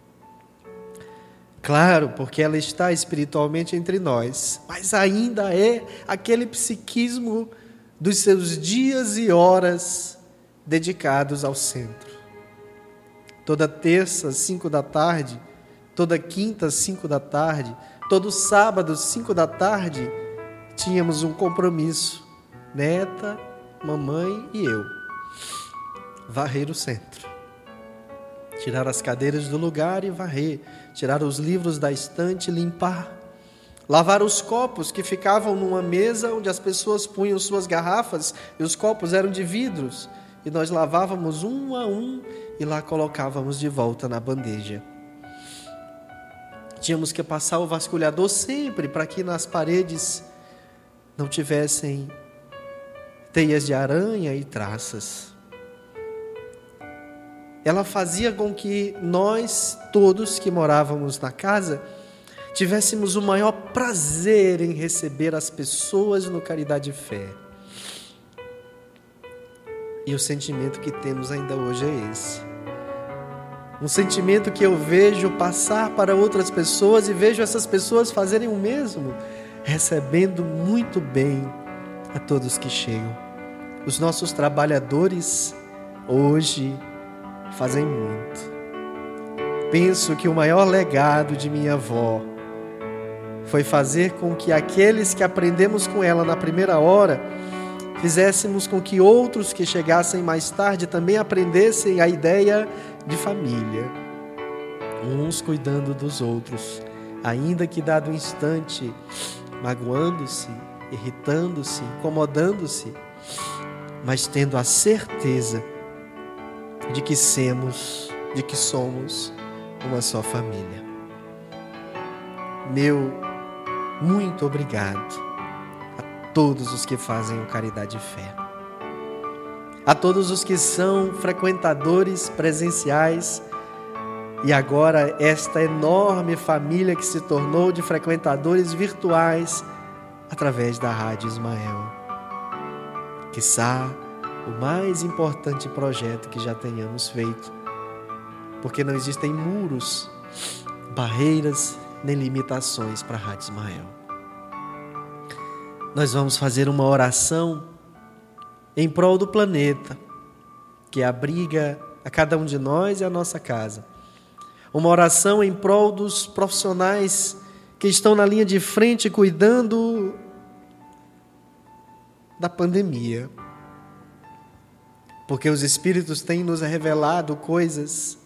Speaker 1: Claro, porque ela está espiritualmente entre nós, mas ainda é aquele psiquismo dos seus dias e horas dedicados ao centro. Toda terça, cinco da tarde, toda quinta, cinco da tarde, todo sábado, cinco da tarde, tínhamos um compromisso, neta, mamãe e eu. Varrer o centro. Tirar as cadeiras do lugar e varrer. Tirar os livros da estante e limpar. Lavar os copos que ficavam numa mesa onde as pessoas punham suas garrafas e os copos eram de vidros. E nós lavávamos um a um e lá colocávamos de volta na bandeja. Tínhamos que passar o vasculhador sempre para que nas paredes não tivessem teias de aranha e traças. Ela fazia com que nós, todos que morávamos na casa, tivéssemos o maior prazer em receber as pessoas no Caridade e Fé. E o sentimento que temos ainda hoje é esse. Um sentimento que eu vejo passar para outras pessoas e vejo essas pessoas fazerem o mesmo, recebendo muito bem a todos que chegam. Os nossos trabalhadores hoje fazem muito. Penso que o maior legado de minha avó foi fazer com que aqueles que aprendemos com ela na primeira hora fizéssemos com que outros que chegassem mais tarde também aprendessem a ideia de família, uns cuidando dos outros, ainda que dado um instante, magoando-se, irritando-se, incomodando-se, mas tendo a certeza de que somos, de que somos uma só família. Meu muito obrigado todos os que fazem o Caridade e Fé, a todos os que são frequentadores presenciais e agora esta enorme família que se tornou de frequentadores virtuais através da Rádio Ismael. Quiçá o mais importante projeto que já tenhamos feito, porque não existem muros, barreiras nem limitações para a Rádio Ismael. Nós vamos fazer uma oração em prol do planeta, que abriga a cada um de nós e a nossa casa. Uma oração em prol dos profissionais que estão na linha de frente cuidando da pandemia. Porque os Espíritos têm nos revelado coisas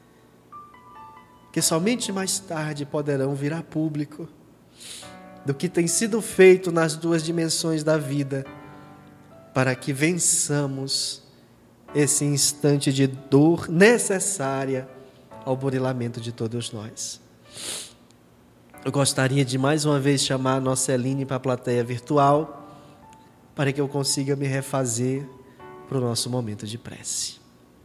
Speaker 1: que somente mais tarde poderão vir a público, do que tem sido feito nas duas dimensões da vida, para que vençamos esse instante de dor necessária ao burilamento de todos nós. Eu gostaria de mais uma vez chamar a nossa Eline para a plateia virtual, para que eu consiga me refazer para o nosso momento de prece.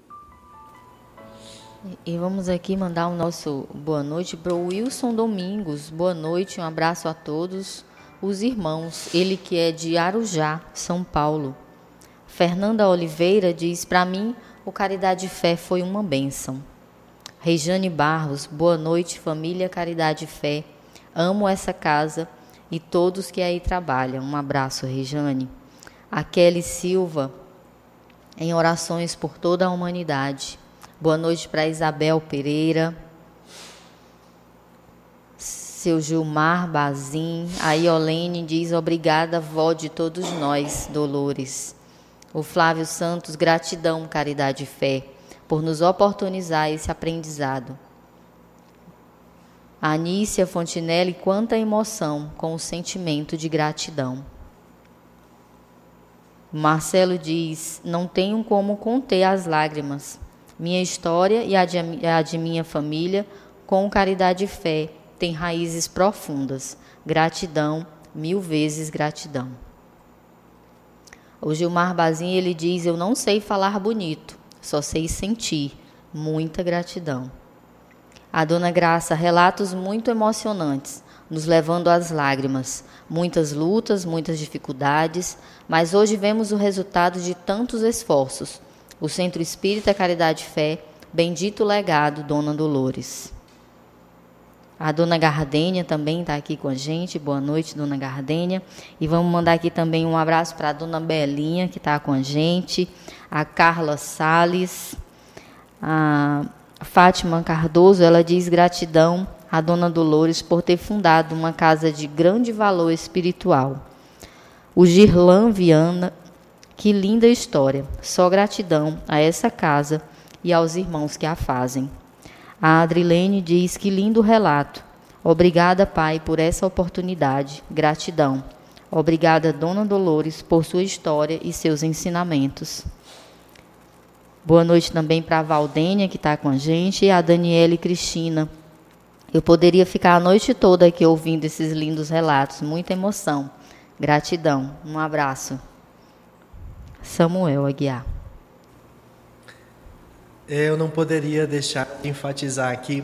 Speaker 2: E vamos aqui mandar o nosso boa noite para o Wilson Domingos. Boa noite, um abraço a todos os irmãos. Ele que é de Arujá, São Paulo. Fernanda Oliveira diz: para mim, o Caridade e Fé foi uma bênção. Rejane Barros: boa noite, família Caridade e Fé. Amo essa casa e todos que aí trabalham. Um abraço, Rejane. A Kelly Silva: em orações por toda a humanidade. Boa noite para Isabel Pereira, seu Gilmar Bazin. A Iolene diz: obrigada, vó de todos nós, Dolores. O Flávio Santos: gratidão, Caridade e Fé, por nos oportunizar esse aprendizado. A Anícia Fontinelli: quanta emoção com o sentimento de gratidão. Marcelo diz: não tenho como conter as lágrimas. Minha história e a de, a de minha família, com Caridade e Fé, tem raízes profundas. Gratidão, mil vezes gratidão. O Gilmar Bazin, ele diz: eu não sei falar bonito, só sei sentir. Muita gratidão. A Dona Graça: relatos muito emocionantes, nos levando às lágrimas. Muitas lutas, muitas dificuldades, mas hoje vemos o resultado de tantos esforços. O Centro Espírita Caridade e Fé, bendito legado, Dona Dolores. A Dona Gardênia também está aqui com a gente. Boa noite, Dona Gardênia. E vamos mandar aqui também um abraço para a Dona Belinha, que está com a gente. A Carla Salles. A Fátima Cardoso, ela diz: gratidão a Dona Dolores por ter fundado uma casa de grande valor espiritual. O Girlan Viana: que linda história, só gratidão a essa casa e aos irmãos que a fazem. A Adrilene diz: que lindo relato, obrigada, Pai, por essa oportunidade, gratidão. Obrigada, Dona Dolores, por sua história e seus ensinamentos. Boa noite também para a Valdênia, que está com a gente, e a Daniele Cristina. Eu poderia ficar a noite toda aqui ouvindo esses lindos relatos, muita emoção. Gratidão, um abraço. Samuel Aguiar.
Speaker 1: Eu não poderia deixar de enfatizar aqui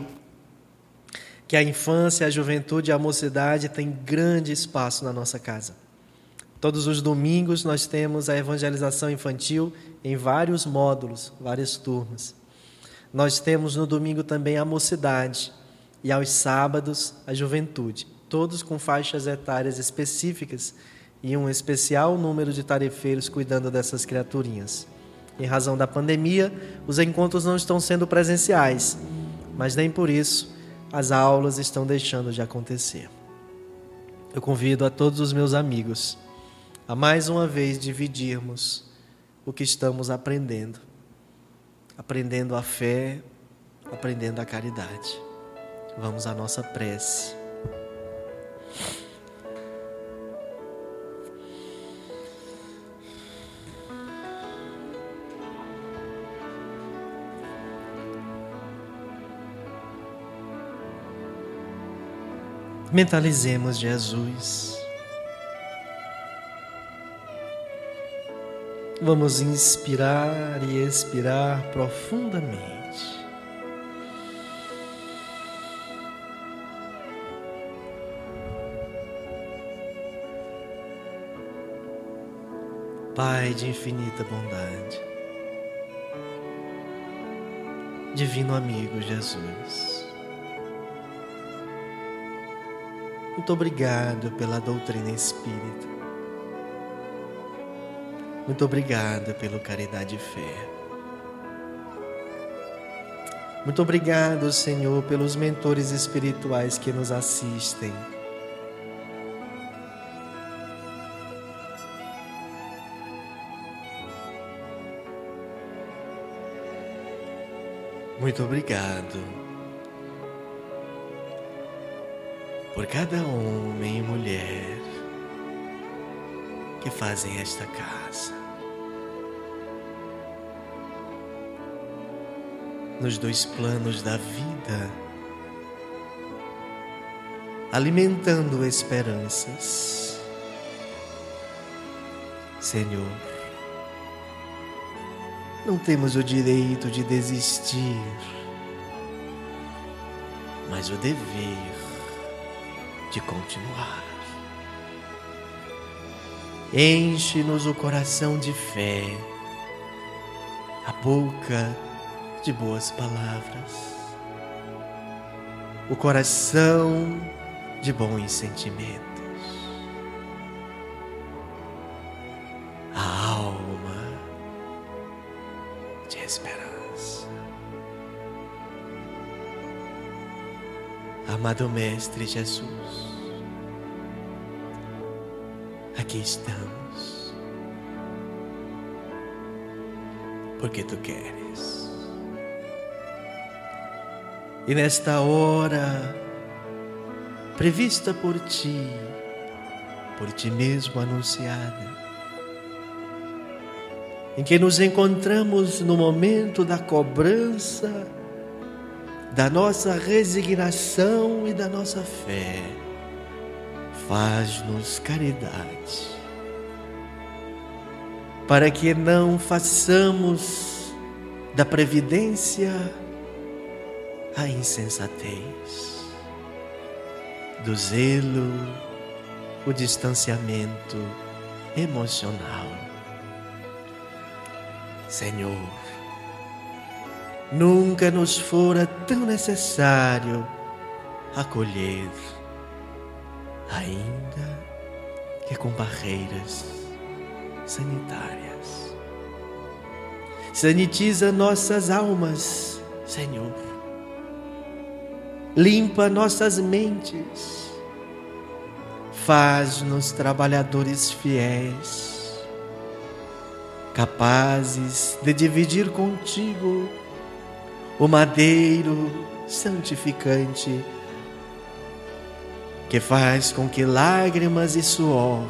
Speaker 1: que a infância, a juventude e a mocidade têm grande espaço na nossa casa. Todos os domingos nós temos a evangelização infantil em vários módulos, várias turmas. Nós temos no domingo também a mocidade e aos sábados a juventude, todos com faixas etárias específicas e um especial número de tarefeiros cuidando dessas criaturinhas. Em razão da pandemia, os encontros não estão sendo presenciais, mas nem por isso as aulas estão deixando de acontecer. Eu convido a todos os meus amigos a mais uma vez dividirmos o que estamos aprendendo. Aprendendo a fé, aprendendo a caridade. Vamos à nossa prece. Mentalizemos Jesus. Vamos inspirar e expirar profundamente. Pai de infinita bondade, divino amigo Jesus, muito obrigado pela doutrina espírita. Muito obrigado pelo Caridade e Fé. Muito obrigado, Senhor, pelos mentores espirituais que nos assistem. Muito obrigado por cada homem e mulher que fazem esta casa. Nos dois planos da vida, alimentando esperanças. Senhor, não temos o direito de desistir, mas o dever de continuar. Enche-nos o coração de fé, a boca de boas palavras, o coração de bons sentimentos, a alma de esperança. Amado Mestre Jesus, aqui estamos, porque Tu queres. E nesta hora, prevista por Ti, por Ti mesmo anunciada, em que nos encontramos no momento da cobrança, da nossa resignação e da nossa fé, faz-nos caridade, para que não façamos da previdência a insensatez, do zelo o distanciamento emocional. Senhor, nunca nos fora tão necessário acolher, ainda que com barreiras sanitárias. Sanitiza nossas almas, Senhor. Limpa nossas mentes. Faz-nos trabalhadores fiéis, capazes de dividir contigo o madeiro santificante que faz com que lágrimas e suor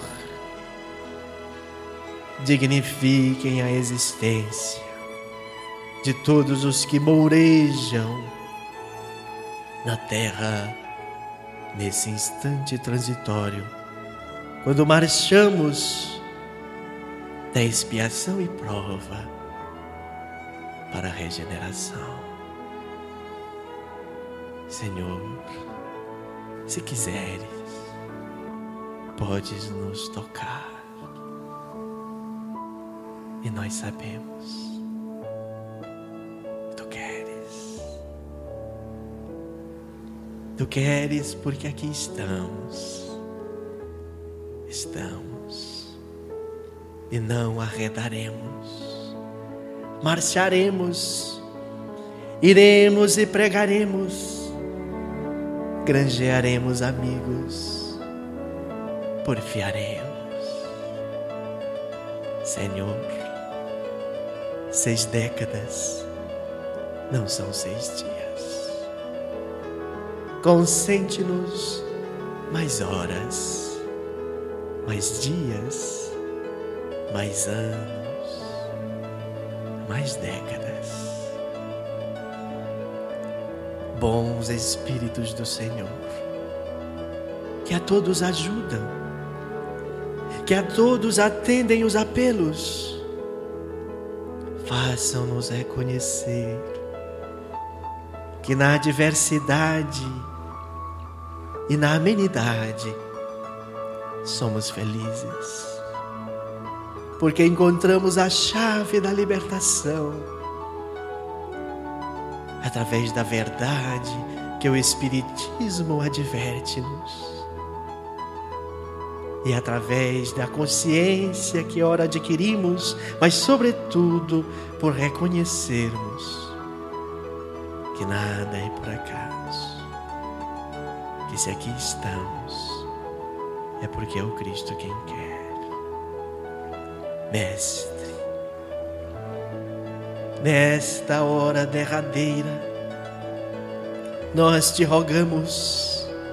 Speaker 1: dignifiquem a existência de todos os que mourejam na terra nesse instante transitório, quando marchamos da expiação e prova para a regeneração. Senhor, se quiseres, podes nos tocar. E nós sabemos, Tu queres. Tu queres porque aqui estamos. Estamos. E não arredaremos. Marcharemos. Iremos e pregaremos. Granjearemos amigos. Porfiaremos. Senhor, seis décadas não são seis dias. Consente-nos mais horas, mais dias, mais anos, mais décadas. Bons Espíritos do Senhor, que a todos ajudam, que a todos atendem os apelos, façam-nos reconhecer que na adversidade e na amenidade somos felizes, porque encontramos a chave da libertação através da verdade que o Espiritismo adverte-nos. E através da consciência que ora adquirimos, mas sobretudo por reconhecermos que nada é por acaso, que se aqui estamos é porque é o Cristo quem quer. Mestre, nesta hora derradeira, nós te rogamos,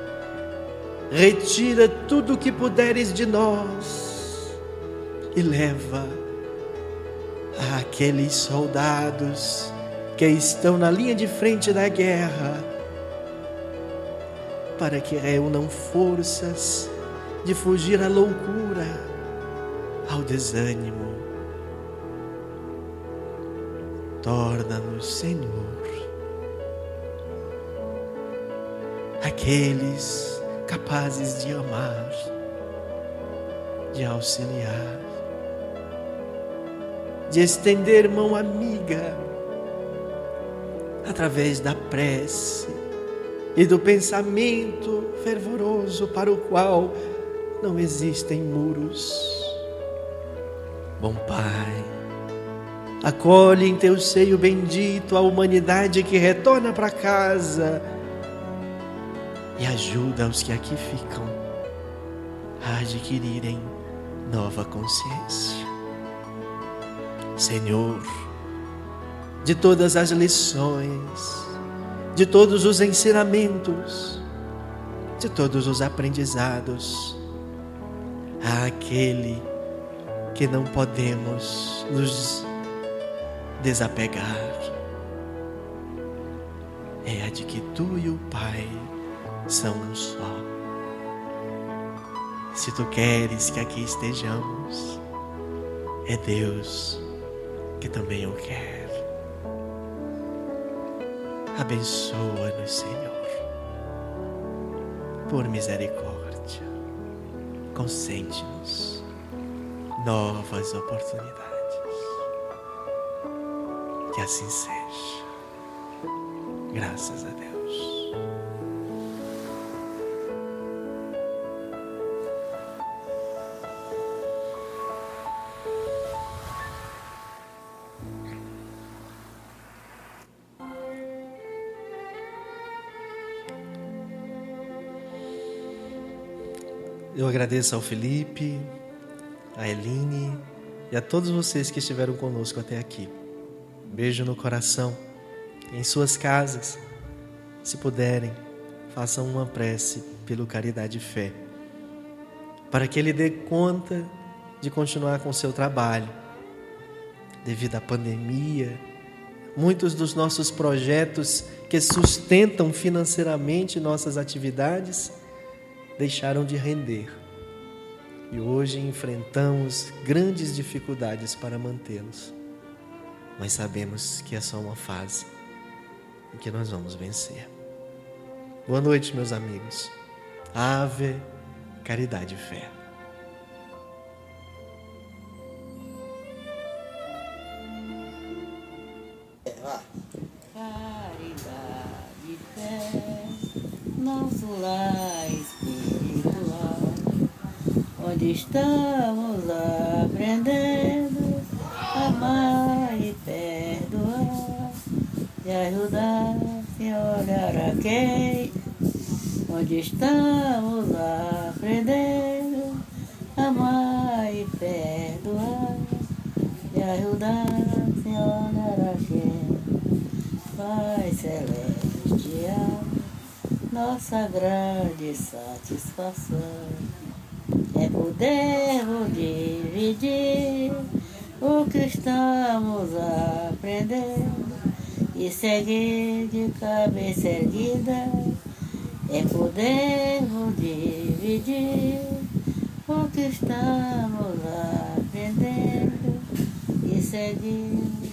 Speaker 1: retira tudo o que puderes de nós e leva àqueles soldados que estão na linha de frente da guerra, para que reúnam forças de fugir à loucura, ao desânimo. Torna-nos, Senhor, aqueles capazes de amar, de auxiliar, de estender mão amiga através da prece e do pensamento fervoroso para o qual não existem muros. Bom Pai, acolhe em teu seio bendito a humanidade que retorna para casa e ajuda os que aqui ficam a adquirirem nova consciência. Senhor, de todas as lições, de todos os ensinamentos, de todos os aprendizados, há aquele que não podemos nos desapegar. É a de que Tu e o Pai são um só. Se Tu queres que aqui estejamos, é Deus que também o quer. Abençoa-nos, Senhor, por misericórdia. Consente-nos novas oportunidades. Que assim seja. Graças a Deus. Eu agradeço ao Felipe, a Eline e a todos vocês que estiveram conosco até aqui. Beijo no coração. Em suas casas, se puderem, façam uma prece pelo Caridade e Fé, para que ele dê conta de continuar com o seu trabalho. Devido à pandemia, muitos dos nossos projetos que sustentam financeiramente nossas atividades deixaram de render. E hoje enfrentamos grandes dificuldades para mantê-los. Mas sabemos que é só uma fase e que nós vamos vencer. Boa noite, meus amigos. Ave, Caridade e Fé.
Speaker 3: Vá.
Speaker 4: Caridade, fé, nosso lar espiritual, onde estamos aprendendo a amar e perdoar, e ajudar sem olhar a quem, onde estamos aprendendo a amar e perdoar, e ajudar sem olhar a quem. Pai celestial, nossa grande satisfação é podermos dividir o que estamos aprendendo e seguir de cabeça erguida. É podermos dividir o que estamos aprendendo e seguir